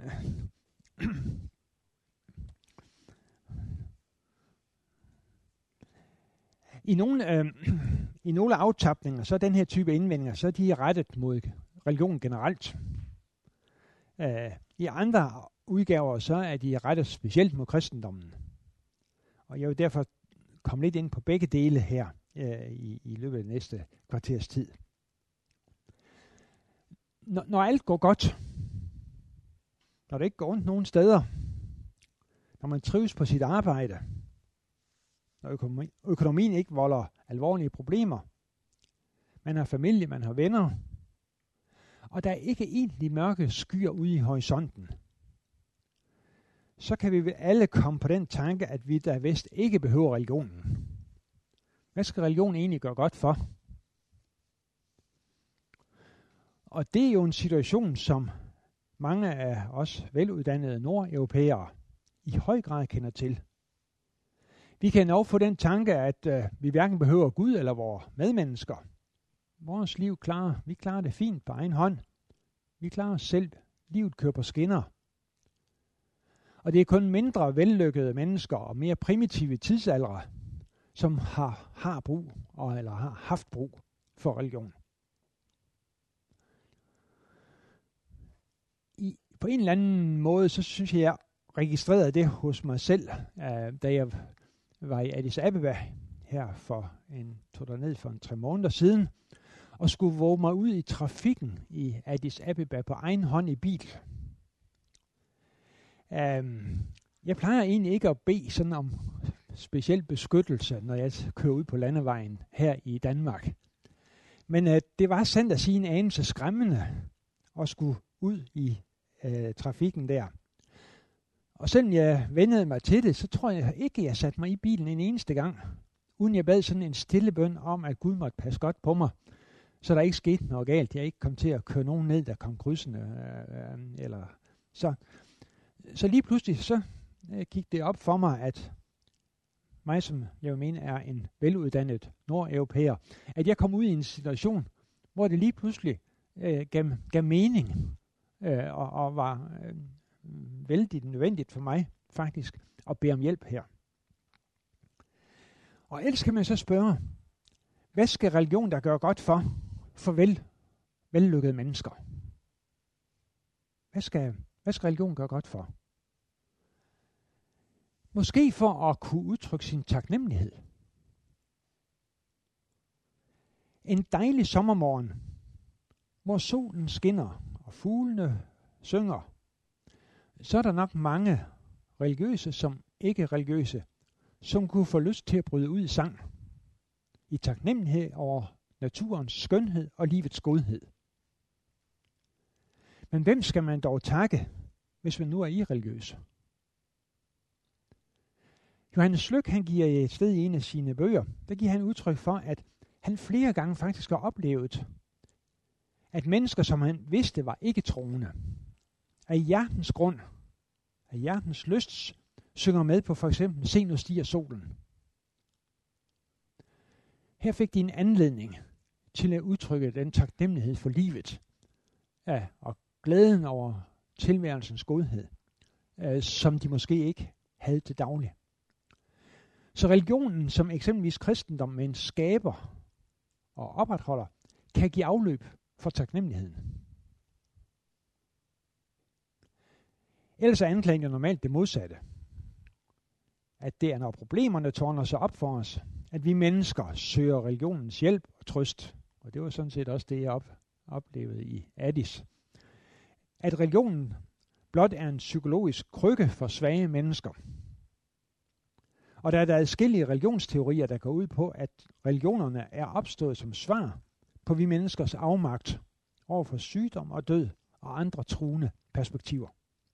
Speaker 1: I nogle, øh, I nogle aftapninger, så er den her type indvendinger, så er de rettet mod religion generelt. Øh, I andre udgaver, så er de rettet specielt mod kristendommen. Og jeg vil derfor komme lidt ind på begge dele her øh, i, i løbet af næste kvarters tid. Når, når alt går godt, når det ikke går ondt nogen steder, når man trives på sit arbejde, når økonomi, økonomien ikke volder alvorlige problemer, man har familie, man har venner, og der er ikke egentlig mørke skyer ude i horisonten, så kan vi vel alle komme på den tanke, at vi der vist ikke behøver religionen. Hvad skal religion egentlig gøre godt for? Og det er jo en situation, som mange af os veluddannede nordeuropæere i høj grad kender til. Vi kan nok få den tanke, at øh, vi hverken behøver Gud eller vores medmennesker. Vores liv klarer, vi klarer det fint på egen hånd. Vi klarer os selv. Livet kører på skinner. Og det er kun mindre vellykkede mennesker og mere primitive tidsaldre, som har, har brug og, eller har haft brug for religion. I, på en eller anden måde, så synes jeg, jeg registrerede det hos mig selv, øh, da jeg var i Addis Abeba her for en, tog derned for en tre måneder siden, og skulle våge mig ud i trafikken i Addis Abeba på egen hånd i bil. Um, jeg plejer egentlig ikke at bede sådan om speciel beskyttelse, når jeg kører ud på landevejen her i Danmark. Men uh, det var sandt at sige en anelse skræmmende at skulle ud i uh, trafikken der. Og selvom jeg vendede mig til det, så tror jeg ikke, jeg satte mig i bilen en eneste gang, uden jeg bad sådan en stille bøn om, at Gud måtte passe godt på mig, så der ikke skete noget galt. Jeg ikke kom til at køre nogen ned, der kom krydsende. Øh, øh, eller så. så lige pludselig så øh, gik det op for mig, at mig, som jeg vil mene er en veluddannet nordeuropæer, at jeg kom ud i en situation, hvor det lige pludselig øh, gav, gav mening øh, og, og var øh, vældig nødvendigt for mig faktisk at bede om hjælp her. Og ellers kan man så spørge, hvad skal religion der gøre godt for, for vel, vellykkede mennesker? Hvad skal, hvad skal religion gøre godt for? Måske for at kunne udtrykke sin taknemmelighed. En dejlig sommermorgen, hvor solen skinner og fuglene synger, så er der nok mange religiøse som ikke religiøse, som kunne få lyst til at bryde ud i sang, i taknemmelighed over naturens skønhed og livets godhed. Men hvem skal man dog takke, hvis man nu er irreligiøs? Johannes Lyk, han giver et sted i en af sine bøger, der giver han udtryk for, at han flere gange faktisk har oplevet, at mennesker, som han vidste var ikke troende, af hjertens grund, af hjertens lyst, synger med på for eksempel Se nu stiger solen. Her fik de en anledning til at udtrykke den taknemmelighed for livet, ja, og glæden over tilværelsens godhed, øh, som de måske ikke havde til daglig. Så religionen, som eksempelvis kristendom med en skaber og opretholder, kan give afløb for taknemmeligheden. Ellers er anklagen jo normalt det modsatte. At det er, når problemerne tårner sig op for os, at vi mennesker søger religionens hjælp og trøst. Og det var sådan set også det, jeg op, oplevede i Addis. At religionen blot er en psykologisk krykke for svage mennesker. Og der er der adskillige religionsteorier, der går ud på, at religionerne er opstået som svar på vi menneskers afmagt over for sygdom og død og andre truende perspektiver.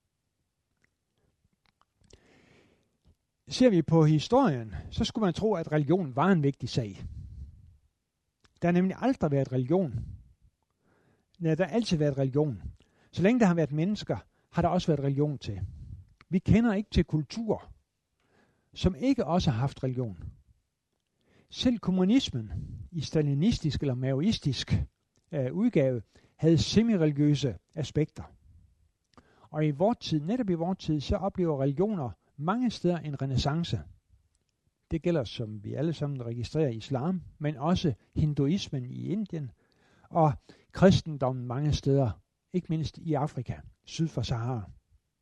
Speaker 1: Ser vi på historien, så skulle man tro, at religion var en vigtig sag. Der har nemlig aldrig været religion. Ja, der har altid været religion. Så længe der har været mennesker, har der også været religion til. Vi kender ikke til kultur, som ikke også har haft religion. Selv kommunismen i stalinistisk eller maoistisk øh, udgave havde semi-religiøse aspekter. Og i vor tid, netop i vor tid, så oplever religioner mange steder en renæssance. Det gælder, som vi alle sammen registrerer, islam, men også hinduismen i Indien og kristendommen mange steder, ikke mindst i Afrika, syd for Sahara.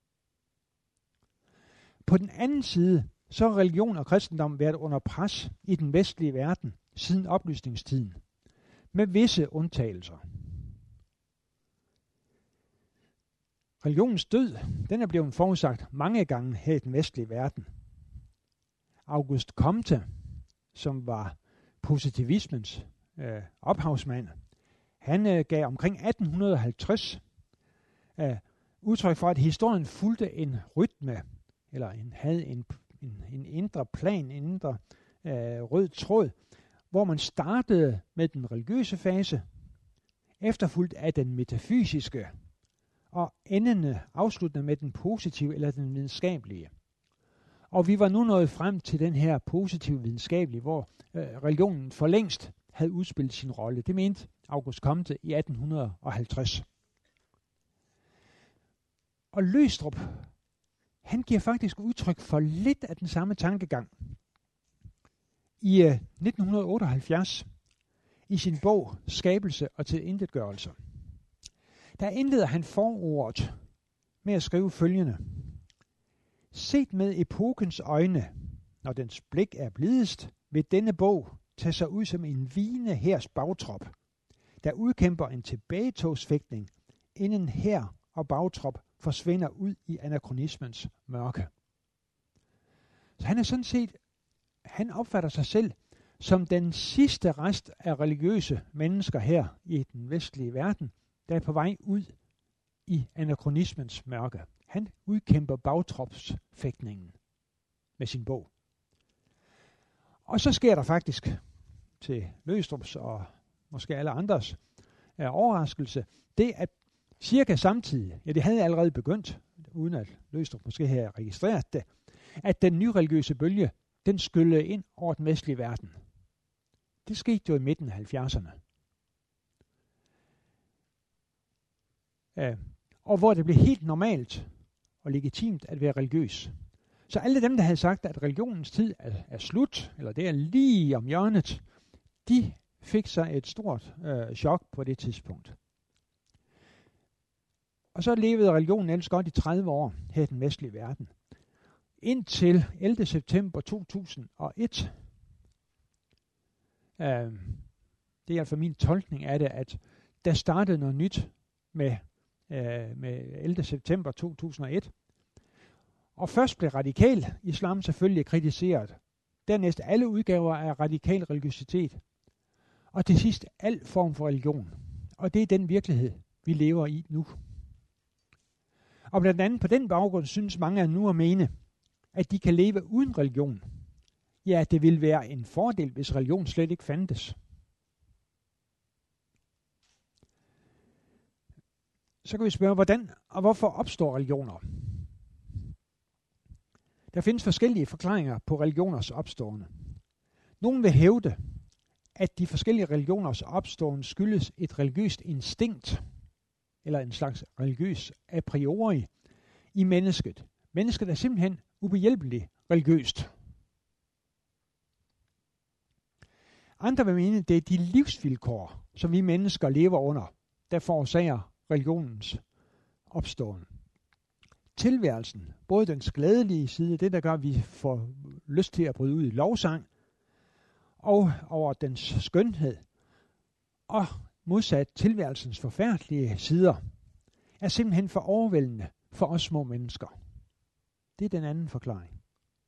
Speaker 1: På den anden side, så har religion og kristendom været under pres i den vestlige verden siden oplysningstiden, med visse undtagelser. Religionens død, den er blevet forudsagt mange gange her i den vestlige verden. Auguste Comte, som var positivismens øh, ophavsmand, han øh, gav omkring atten halvtreds øh, udtryk for, at historien fulgte en rytme, eller en, havde en, en, en indre plan, en indre øh, rød tråd, hvor man startede med den religiøse fase, efterfulgt af den metafysiske, og endende afsluttende med den positive eller den videnskabelige. Og vi var nu nået frem til den her positive videnskabelige, hvor øh, religionen for længst havde udspillet sin rolle. Det mente Auguste Comte i atten halvtreds. Og Løgstrup, han giver faktisk udtryk for lidt af den samme tankegang. I øh, nitten otteoghalvfjerds, i sin bog Skabelse og tilintetgørelse, der indleder han forordet med at skrive følgende. Set med epokens øjne, når dens blik er blidest, vil denne bog tage sig ud som en vigende hærs bagtrop, der udkæmper en tilbagetogsfægtning, inden hær og bagtrop forsvinder ud i anakronismens mørke. Så han er sådan set, han opfatter sig selv som den sidste rest af religiøse mennesker her i den vestlige verden, der er på vej ud i anakronismens mørke. Han udkæmper bagtropsfægtningen med sin bog. Og så sker der faktisk til Løgstrups og måske alle andres er overraskelse, det at cirka samtidig, ja det havde allerede begyndt, uden at Løgstrup måske havde registreret det, at den nyreligiøse bølge, den skyllede ind over den vestlige verden. Det skete jo i midten af halvfjerdserne. Uh, og hvor det blev helt normalt og legitimt at være religiøs. Så alle dem, der havde sagt, at religionens tid er, er slut, eller det er lige om hjørnet, de fik sig et stort uh, chok på det tidspunkt. Og så levede religionen ellers godt i tredive år her i den vestlige verden. Indtil ellevte september to tusind og et. Uh, det er i hvert fald min tolkning af det, at der startede noget nyt med med ellevte september to tusind og et. Og først blev radikal islam selvfølgelig kritiseret. Dernæst alle udgaver af radikal religiøsitet. Og til sidst al form for religion. Og det er den virkelighed, vi lever i nu. Og blandt andet på den baggrund synes mange af nu at mene, at de kan leve uden religion. Ja, det ville være en fordel, hvis religion slet ikke fandtes. Så kan vi spørge, hvordan og hvorfor opstår religioner? Der findes forskellige forklaringer på religioners opstående. Nogle vil hævde, at de forskellige religioners opståen skyldes et religiøst instinkt, eller en slags religiøs a priori, i mennesket. Mennesket er simpelthen ubehjælpeligt religiøst. Andre vil mene, det er de livsvilkår, som vi mennesker lever under, der forårsager religionens opståen. Tilværelsen, både dens glædelige side, det der gør, at vi får lyst til at bryde ud i lovsang, og over dens skønhed, og modsat tilværelsens forfærdelige sider, er simpelthen for overvældende for os små mennesker. Det er den anden forklaring.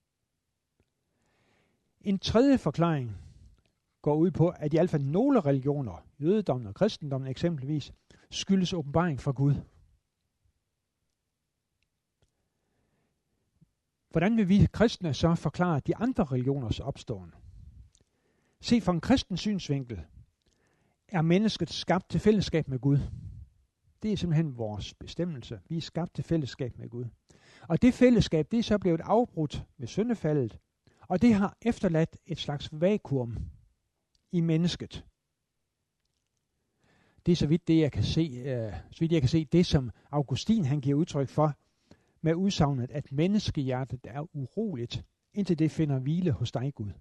Speaker 1: En tredje forklaring går ud på, at i hvert fald nogle religioner, jødedommen og kristendommen eksempelvis, skyldes åbenbaring fra Gud. Hvordan vil vi kristne så forklare de andre religioners opståen? Se, fra en kristen synsvinkel er mennesket skabt til fællesskab med Gud. Det er simpelthen vores bestemmelse. Vi er skabt til fællesskab med Gud. Og det fællesskab, det er så blevet afbrudt ved syndefaldet, og det har efterladt et slags vakuum i mennesket. Det er så vidt det, jeg kan se, øh, så vidt jeg kan se, det som Augustin han giver udtryk for med udsagnet, at menneskehjertet er uroligt, indtil det finder hvile hos dig, Gud.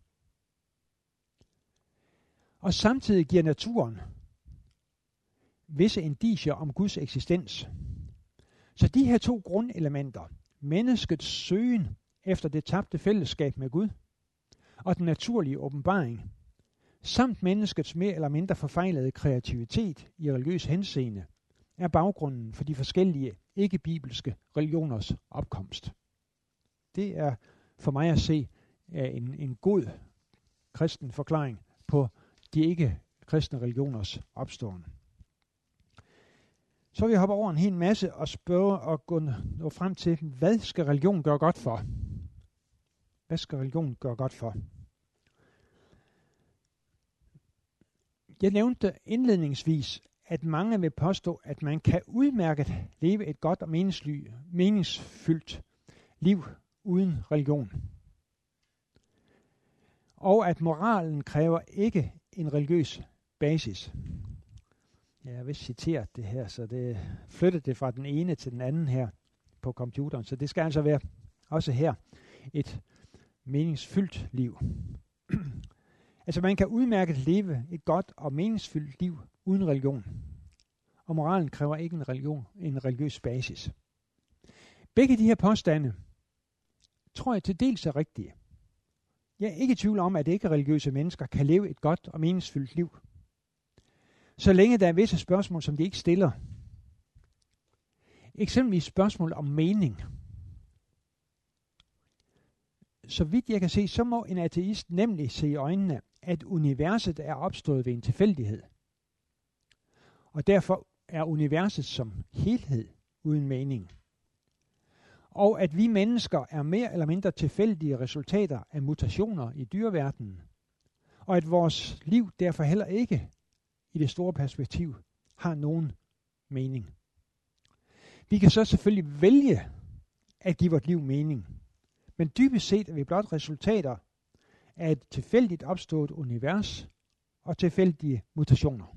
Speaker 1: Og samtidig giver naturen visse indicier om Guds eksistens. Så de her to grundelementer, menneskets søgen efter det tabte fællesskab med Gud, og den naturlige åbenbaring, samt menneskets mere eller mindre forfejlede kreativitet i religiøs henseende, er baggrunden for de forskellige ikke-bibelske religioners opkomst. Det er for mig at se en, en god kristen forklaring på de ikke-kristne religioners opståen. Så vil jeg hoppe over en hel masse og spørge og gå nå frem til, hvad skal religion gøre godt for? Hvad skal religion gøre godt for? Jeg nævnte indledningsvis, at mange vil påstå, at man kan udmærket leve et godt og meningsfyldt liv uden religion. Og at moralen kræver ikke en religiøs basis. Jeg vil citere det her, så det flytter det fra den ene til den anden her på computeren. Så det skal altså være også her et meningsfyldt liv. Altså man kan udmærket leve et godt og meningsfyldt liv uden religion. Og moralen kræver ikke en religion, en religiøs basis. Begge de her påstande tror jeg til dels er rigtige. Jeg er ikke i tvivl om, at ikke-religiøse mennesker kan leve et godt og meningsfyldt liv, så længe der er visse spørgsmål, som de ikke stiller. Eksempelvis spørgsmål om mening. Så vidt jeg kan se, så må en ateist nemlig se i øjnene, at universet er opstået ved en tilfældighed. Og derfor er universet som helhed uden mening. Og at vi mennesker er mere eller mindre tilfældige resultater af mutationer i dyreverdenen. Og at vores liv derfor heller ikke i det store perspektiv har nogen mening. Vi kan så selvfølgelig vælge at give vort liv mening. Men dybest set er vi blot resultater af et tilfældigt opstået univers og tilfældige mutationer.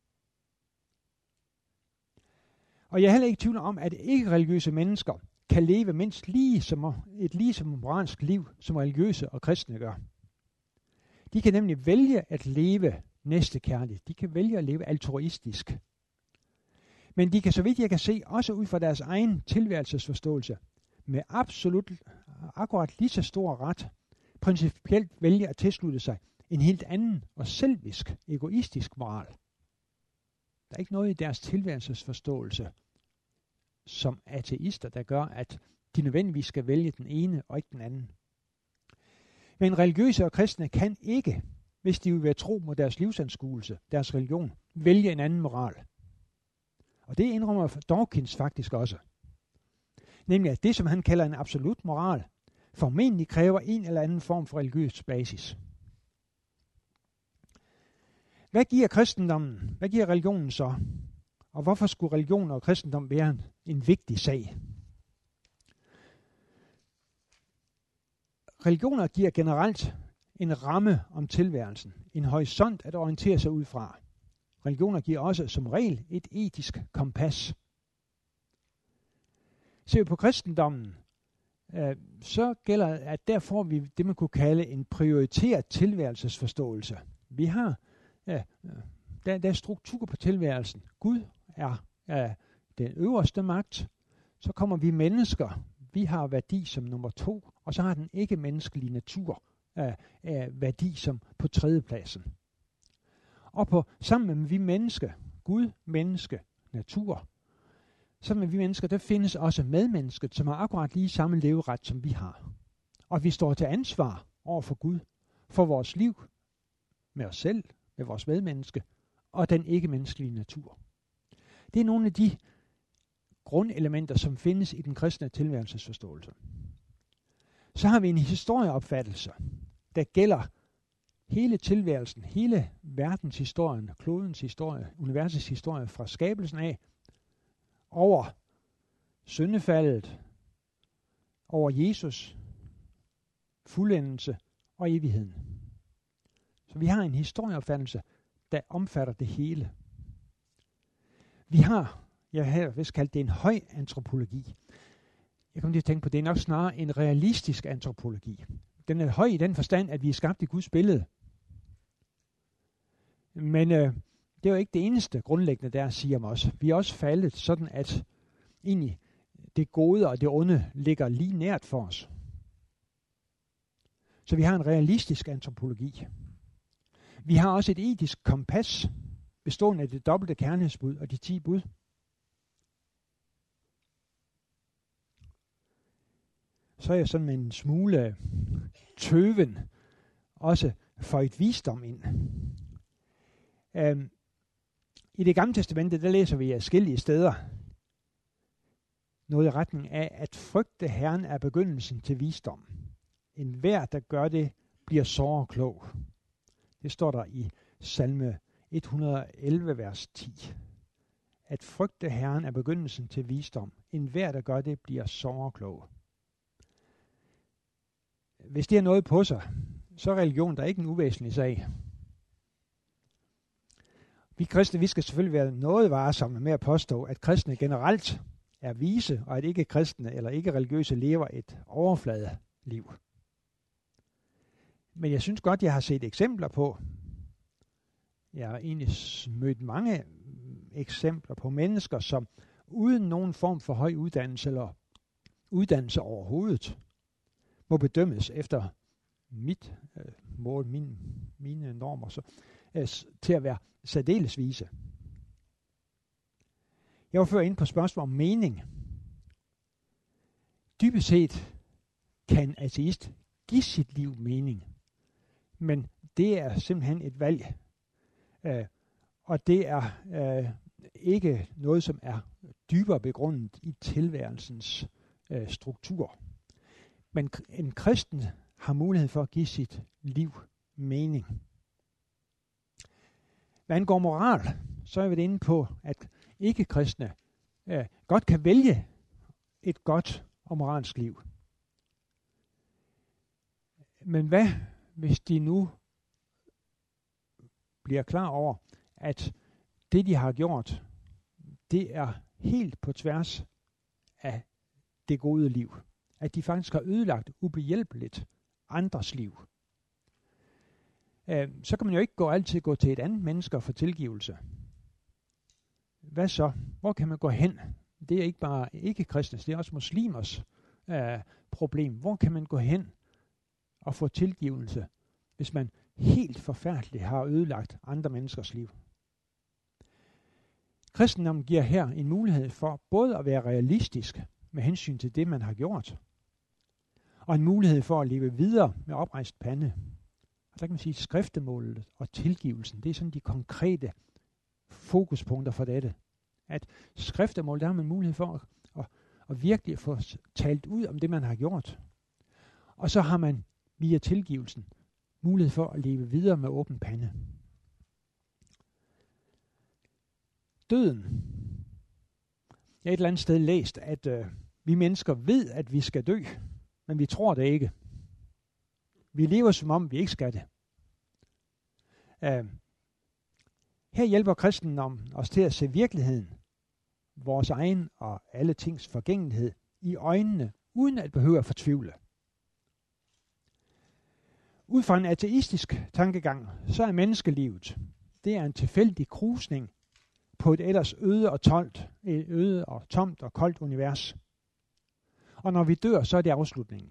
Speaker 1: Og jeg er heller ikke i tvivl om, at ikke-religiøse mennesker kan leve mindst lige som et lige som moralsk liv, som religiøse og kristne gør. De kan nemlig vælge at leve næstekærligt. De kan vælge at leve altruistisk. Men de kan, så vidt jeg kan se, også ud fra deres egen tilværelsesforståelse, med absolut akkurat lige så stor ret, principielt vælge at tilslutte sig en helt anden og selvisk, egoistisk moral. Der er ikke noget i deres tilværelsesforståelse som ateister, der gør, at de nødvendigvis skal vælge den ene og ikke den anden. Men religiøse og kristne kan ikke, hvis de vil være tro mod deres livsanskuelse, deres religion, vælge en anden moral. Og det indrømmer Dawkins faktisk også. Nemlig at det, som han kalder en absolut moral, formentlig kræver en eller anden form for religiøs basis. Hvad giver kristendommen? Hvad giver religionen så? Og hvorfor skulle religion og kristendom være en, en vigtig sag? Religioner giver generelt en ramme om tilværelsen, en horisont at orientere sig ud fra. Religioner giver også som regel et etisk kompas. Ser vi på kristendommen, øh, så gælder, at der får vi det, man kunne kalde en prioriteret tilværelsesforståelse. Vi har, ja, der, der er struktur på tilværelsen. Gud er, er den øverste magt. Så kommer vi mennesker. Vi har værdi som nummer to, og så har den ikke-menneskelige natur af, af værdi som på tredjepladsen. Og på, sammen med vi mennesker, Gud, menneske, natur, sammen med vi mennesker, der findes også medmennesket, som har akkurat lige samme leveret, som vi har. Og vi står til ansvar over for Gud, for vores liv, med os selv, med vores medmenneske, og den ikke-menneskelige natur. Det er nogle af de grundelementer, som findes i den kristne tilværelsesforståelse. Så har vi en historieopfattelse, der gælder hele tilværelsen, hele verdenshistorien, klodens historie, universets historie fra skabelsen af, over syndefaldet, over Jesus, fuldendelse og evigheden. Så vi har en historieopfattelse, der omfatter det hele. Vi har, jeg har vist kaldt det en høj antropologi. Jeg kommer til at tænke på, det er nok snarere en realistisk antropologi. Den er høj i den forstand, at vi er skabt i Guds billede. Men øh, det er jo ikke det eneste grundlæggende, der siger om os. Vi er også faldet sådan, at egentlig det gode og det onde ligger lige nært for os. Så vi har en realistisk antropologi. Vi har også et etisk kompas, bestående af det dobbelte kærlighedsbud og de ti bud. Så er jeg sådan med en smule tøven også føjet visdom ind. Øhm, I det gamle testamente, der læser vi adskillige steder noget i retning af, at frygte Herren er begyndelsen til visdom. En hver, der gør det, bliver såre klog. Det står der i salme et hundrede og elleve, vers ti. At frygte Herren er begyndelsen til visdom. En hver, der gør det, bliver såre klog. Hvis det er noget på sig, så er religion der ikke en uvæsentlig sag. Vi kristne, vi skal selvfølgelig være noget varsomme med at påstå, at kristne generelt er vise, og at ikke kristne eller ikke religiøse lever et overfladeliv. Men jeg synes godt, jeg har set eksempler på, jeg har egentlig mødt mange eksempler på mennesker, som uden nogen form for høj uddannelse eller uddannelse overhovedet, må bedømmes efter mit øh, mål, min, mine normer, så, øh, til at være særdeles vise. Jeg var før inde på spørgsmål om mening. Dybest set kan en ateist give sit liv mening, men det er simpelthen et valg, øh, og det er øh, ikke noget, som er dybere begrundet i tilværelsens øh, struktur. Men en kristen har mulighed for at give sit liv mening. Hvad angår moral, så er vi inde på, at ikke-kristne øh, godt kan vælge et godt og moralsk liv. Men hvad, hvis de nu bliver klar over, at det, de har gjort, det er helt på tværs af det gode liv? At de faktisk har ødelagt ubehjælpeligt andres liv. Øh, så kan man jo ikke gå altid gå til et andet menneske og få tilgivelse. Hvad så? Hvor kan man gå hen? Det er ikke bare ikke-kristnes, det er også muslimers øh, problem. Hvor kan man gå hen og få tilgivelse, hvis man helt forfærdeligt har ødelagt andre menneskers liv? Kristendommen giver her en mulighed for både at være realistisk med hensyn til det, man har gjort, og en mulighed for at leve videre med oprejst pande. Og der kan man sige, at skriftemålet og tilgivelsen, det er sådan de konkrete fokuspunkter for dette. At skriftemål, der har man mulighed for at, at, at virkelig få talt ud om det, man har gjort. Og så har man via tilgivelsen mulighed for at leve videre med åben pande. Døden. Jeg har et eller andet sted læst, at øh, vi mennesker ved, at vi skal dø, men vi tror det ikke. Vi lever som om, vi ikke skal det. Uh, her hjælper kristendommen os til at se virkeligheden, vores egen og alle tings forgængelighed, i øjnene, uden at behøve at fortvivle. Ud fra en ateistisk tankegang, så er menneskelivet, det er en tilfældig krusning på et ellers øde og tomt, et øde og tomt og koldt univers. Og når vi dør, så er det afslutningen.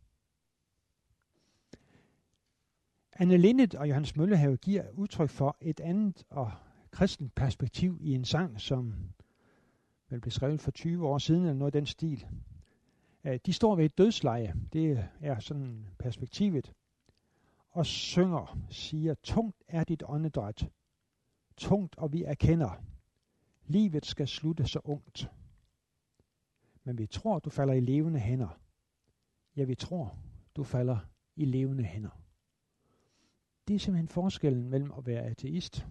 Speaker 1: Anne Linnet og Johannes Møllehave giver udtryk for et andet og kristent perspektiv i en sang, som vel blev skrevet for tyve år siden, eller noget af den stil. De står ved et dødsleje, det er sådan perspektivet, og synger, siger, tungt er dit åndedræt, tungt og vi erkender, livet skal slutte så ungt. Men vi tror, du falder i levende hænder. Ja, vi tror, du falder i levende hænder. Det er simpelthen forskellen mellem at være ateist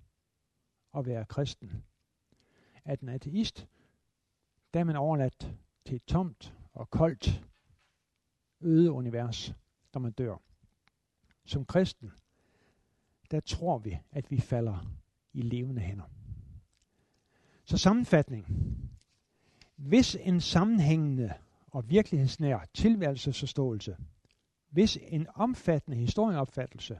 Speaker 1: og være kristen. At en ateist, der er man overladt til et tomt og koldt, øde univers, når man dør. Som kristen, der tror vi, at vi falder i levende hænder. Så sammenfatning. Hvis en sammenhængende og virkelighedsnær tilværelsesforståelse, hvis en omfattende historieopfattelse,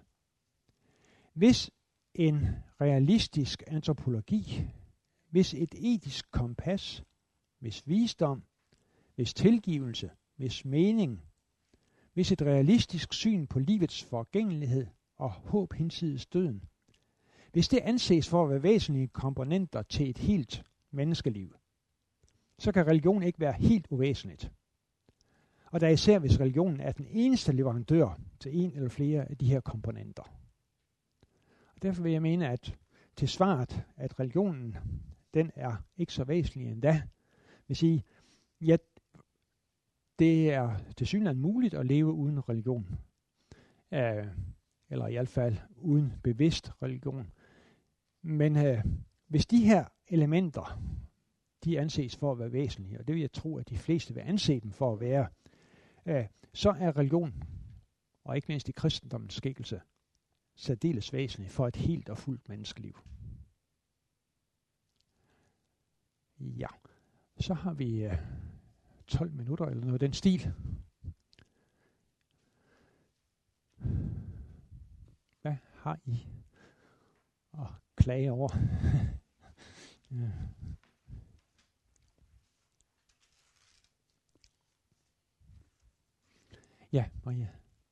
Speaker 1: hvis en realistisk antropologi, hvis et etisk kompas, hvis visdom, hvis tilgivelse, hvis mening, hvis et realistisk syn på livets forgængelighed og håb hinsides døden, hvis det anses for at være væsentlige komponenter til et helt menneskeliv, så kan religion ikke være helt uvæsentligt. Og der er især, hvis religionen er den eneste leverandør til en eller flere af de her komponenter. Og derfor vil jeg mene, at til svaret, at religionen, den er ikke så væsentlig endda, vil sige, ja, det er tilsyneladende muligt at leve uden religion. Uh, eller i hvert fald uden bevidst religion. Men uh, hvis de her elementer, de anses for at være væsentlige, og det vil jeg tro, at de fleste vil anse dem for at være, uh, så er religion, og ikke mindst i kristendommens skikkelse, særdeles væsentlig for et helt og fuldt menneskeliv. Ja, så har vi uh, tolv minutter eller noget den stil. Hvad har I at klage over? Ja. Ja, Maria.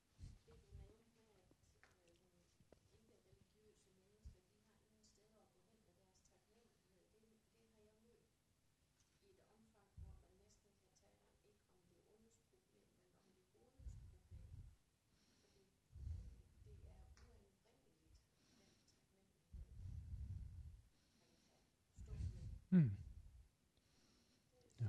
Speaker 1: Mm. Ja.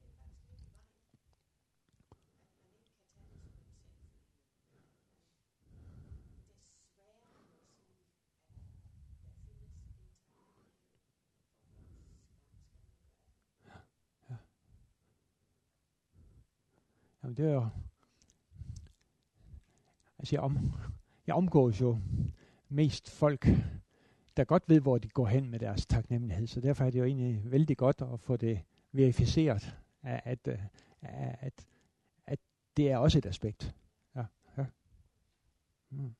Speaker 1: Ja. Jamen det er jo, altså jeg, om, jeg omgås jo mest folk, der godt ved, hvor de går hen med deres taknemmelighed. Så derfor er det jo egentlig vældig godt at få det verificeret, at, at, at, at det er også et aspekt. Ja, ja. Mm.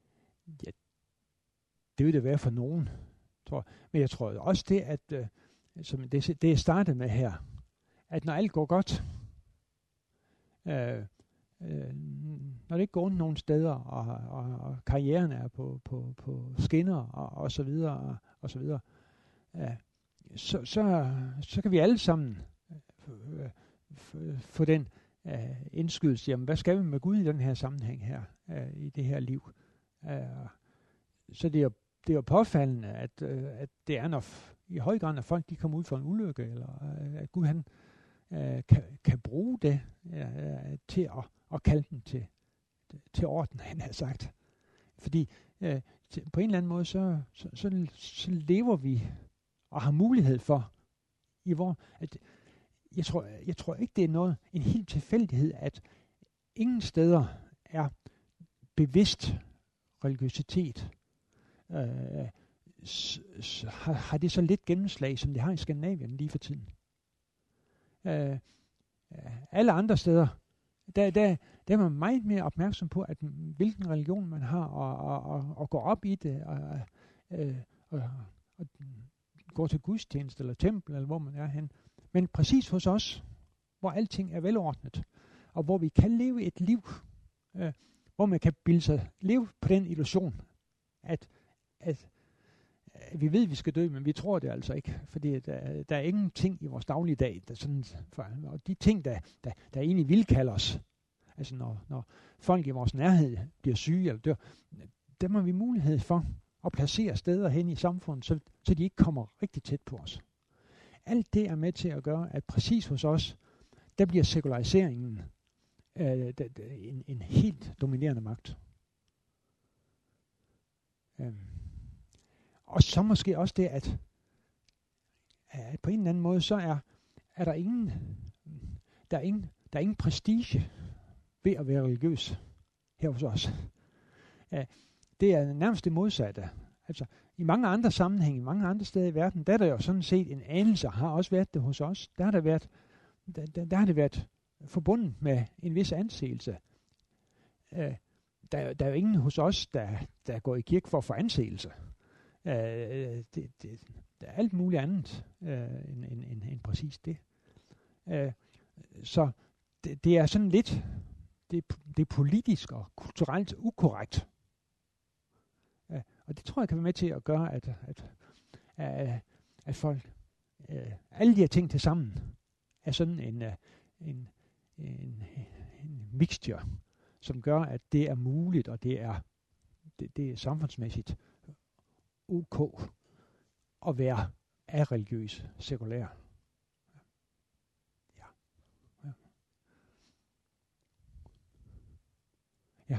Speaker 1: Ja, det vil det være for nogen, tror jeg. Men jeg tror også det, at, som det, det jeg startede med her, at når alt går godt, øh, øh, når det ikke går ondt nogen steder, og, og, og karrieren er på, på, på skinner, og, og så videre, og, og så videre, øh, så, så, så kan vi alle sammen øh, få den øh, indskydelse, jamen hvad skal vi med Gud i den her sammenhæng her, øh, i det her liv. Øh, så det er det er jo påfaldende, at, øh, at det er, når f- i høj grad, når folk de kommer ud for en ulykke, eller øh, at Gud han øh, kan, kan bruge det øh, til at, at kalde dem til, til orden, han har sagt. Fordi øh, til, på en eller anden måde, så, så, så, så lever vi og har mulighed for, i hvor, at jeg tror, jeg tror ikke, det er noget, en helt tilfældighed, at ingen steder er bevidst religiøsitet, øh, s, s, har, har det så lidt gennemslag, som det har i Skandinavien lige for tiden. Øh, alle andre steder, der, der, der er man meget mere opmærksom på, at hvilken religion man har, og, og, og, og går op i det, og, øh, og, og går til gudstjeneste eller tempel, eller hvor man er hen. Men præcis hos os, hvor alting er velordnet, og hvor vi kan leve et liv, øh, hvor man kan bilde sig leve på den illusion, at, at, at vi ved, at vi skal dø, men vi tror det altså ikke, fordi der, der er ingenting i vores dagligdag, der sådan, for, og de ting, der, der, der egentlig vil kalde os, altså når, når folk i vores nærhed bliver syge eller dør, dem har vi mulighed for at placere steder hen i samfundet, så, så de ikke kommer rigtig tæt på os. Alt det er med til at gøre, at præcis hos os, der bliver sekulariseringen øh, en, en helt dominerende magt. Øhm. Og så måske også det, at, at på en eller anden måde, så er, er der ingen, der er ingen, der er ingen prestige ved at være religiøs her hos os. Uh, det er nærmest det modsatte. Altså, i mange andre sammenhænge, i mange andre steder i verden, der er der jo sådan set en anelse, har også været det hos os. Der har der været, der, der, der har det været forbundet med en vis anseelse. Uh, der, der er jo ingen hos os, der, der går i kirke for at få anseelse. Uh, det, det, der er alt muligt andet uh, end, end, end, end præcis det. Uh, så det, det er sådan lidt, det, det er politisk og kulturelt ukorrekt. Uh, og det tror jeg kan være med til at gøre, at, at, at, at folk, uh, alle de her ting til sammen, er sådan en, uh, en, en, en mixture, som gør, at det er muligt, og det er, det, det er samfundsmæssigt ok at være areligiøs, sekulær. Ja. Ja. Ja.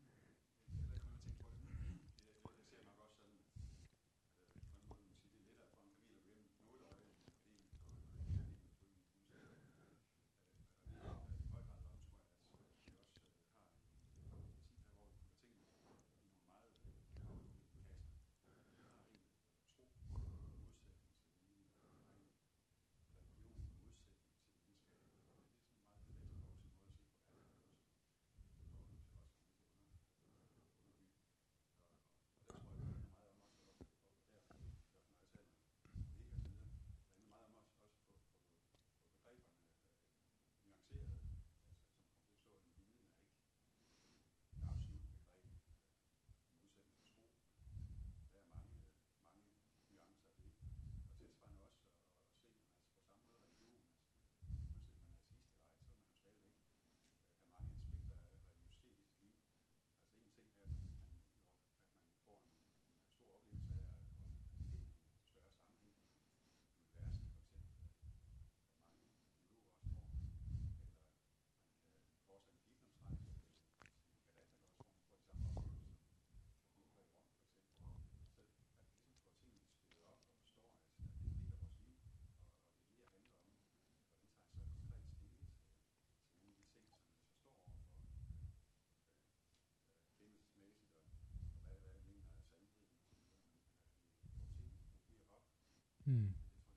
Speaker 1: Mm.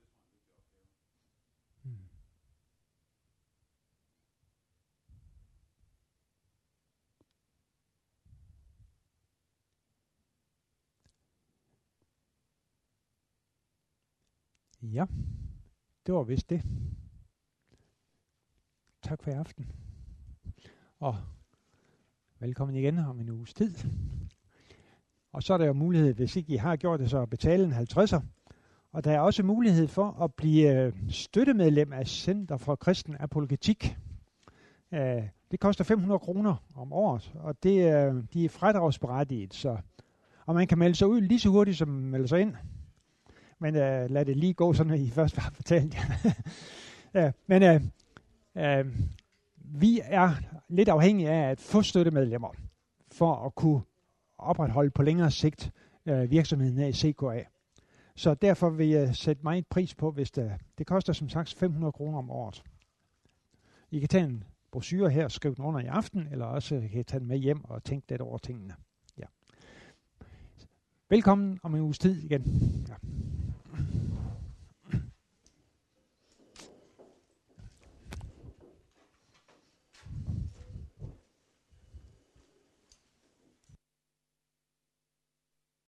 Speaker 1: Mm. Ja. det var vist det. Tak for i aften. Og velkommen igen om en uges tid. Og så er der jo mulighed, hvis ikke I har gjort det, så at betale en halvtredser. Og der er også mulighed for at blive støttemedlem af Center for Kristen Apologetik. Det koster fem hundrede kroner om året, og det, de er fradragsberettiget. Så, og man kan melde sig ud lige så hurtigt, som man melder sig ind. Men uh, lad det lige gå, sådan at I først har betalt. uh, men uh, uh, vi er lidt afhængige af at få støttemedlemmer, for at kunne opretholde på længere sigt uh, virksomheden af C K A. Så derfor vil jeg sætte meget pris på, hvis det, det koster som sagt fem hundrede kroner om året. I kan tage en brochure her og skrive den under i aften, eller også kan I tage den med hjem og tænke lidt over tingene. Ja. Velkommen om en uges tid igen. Ja.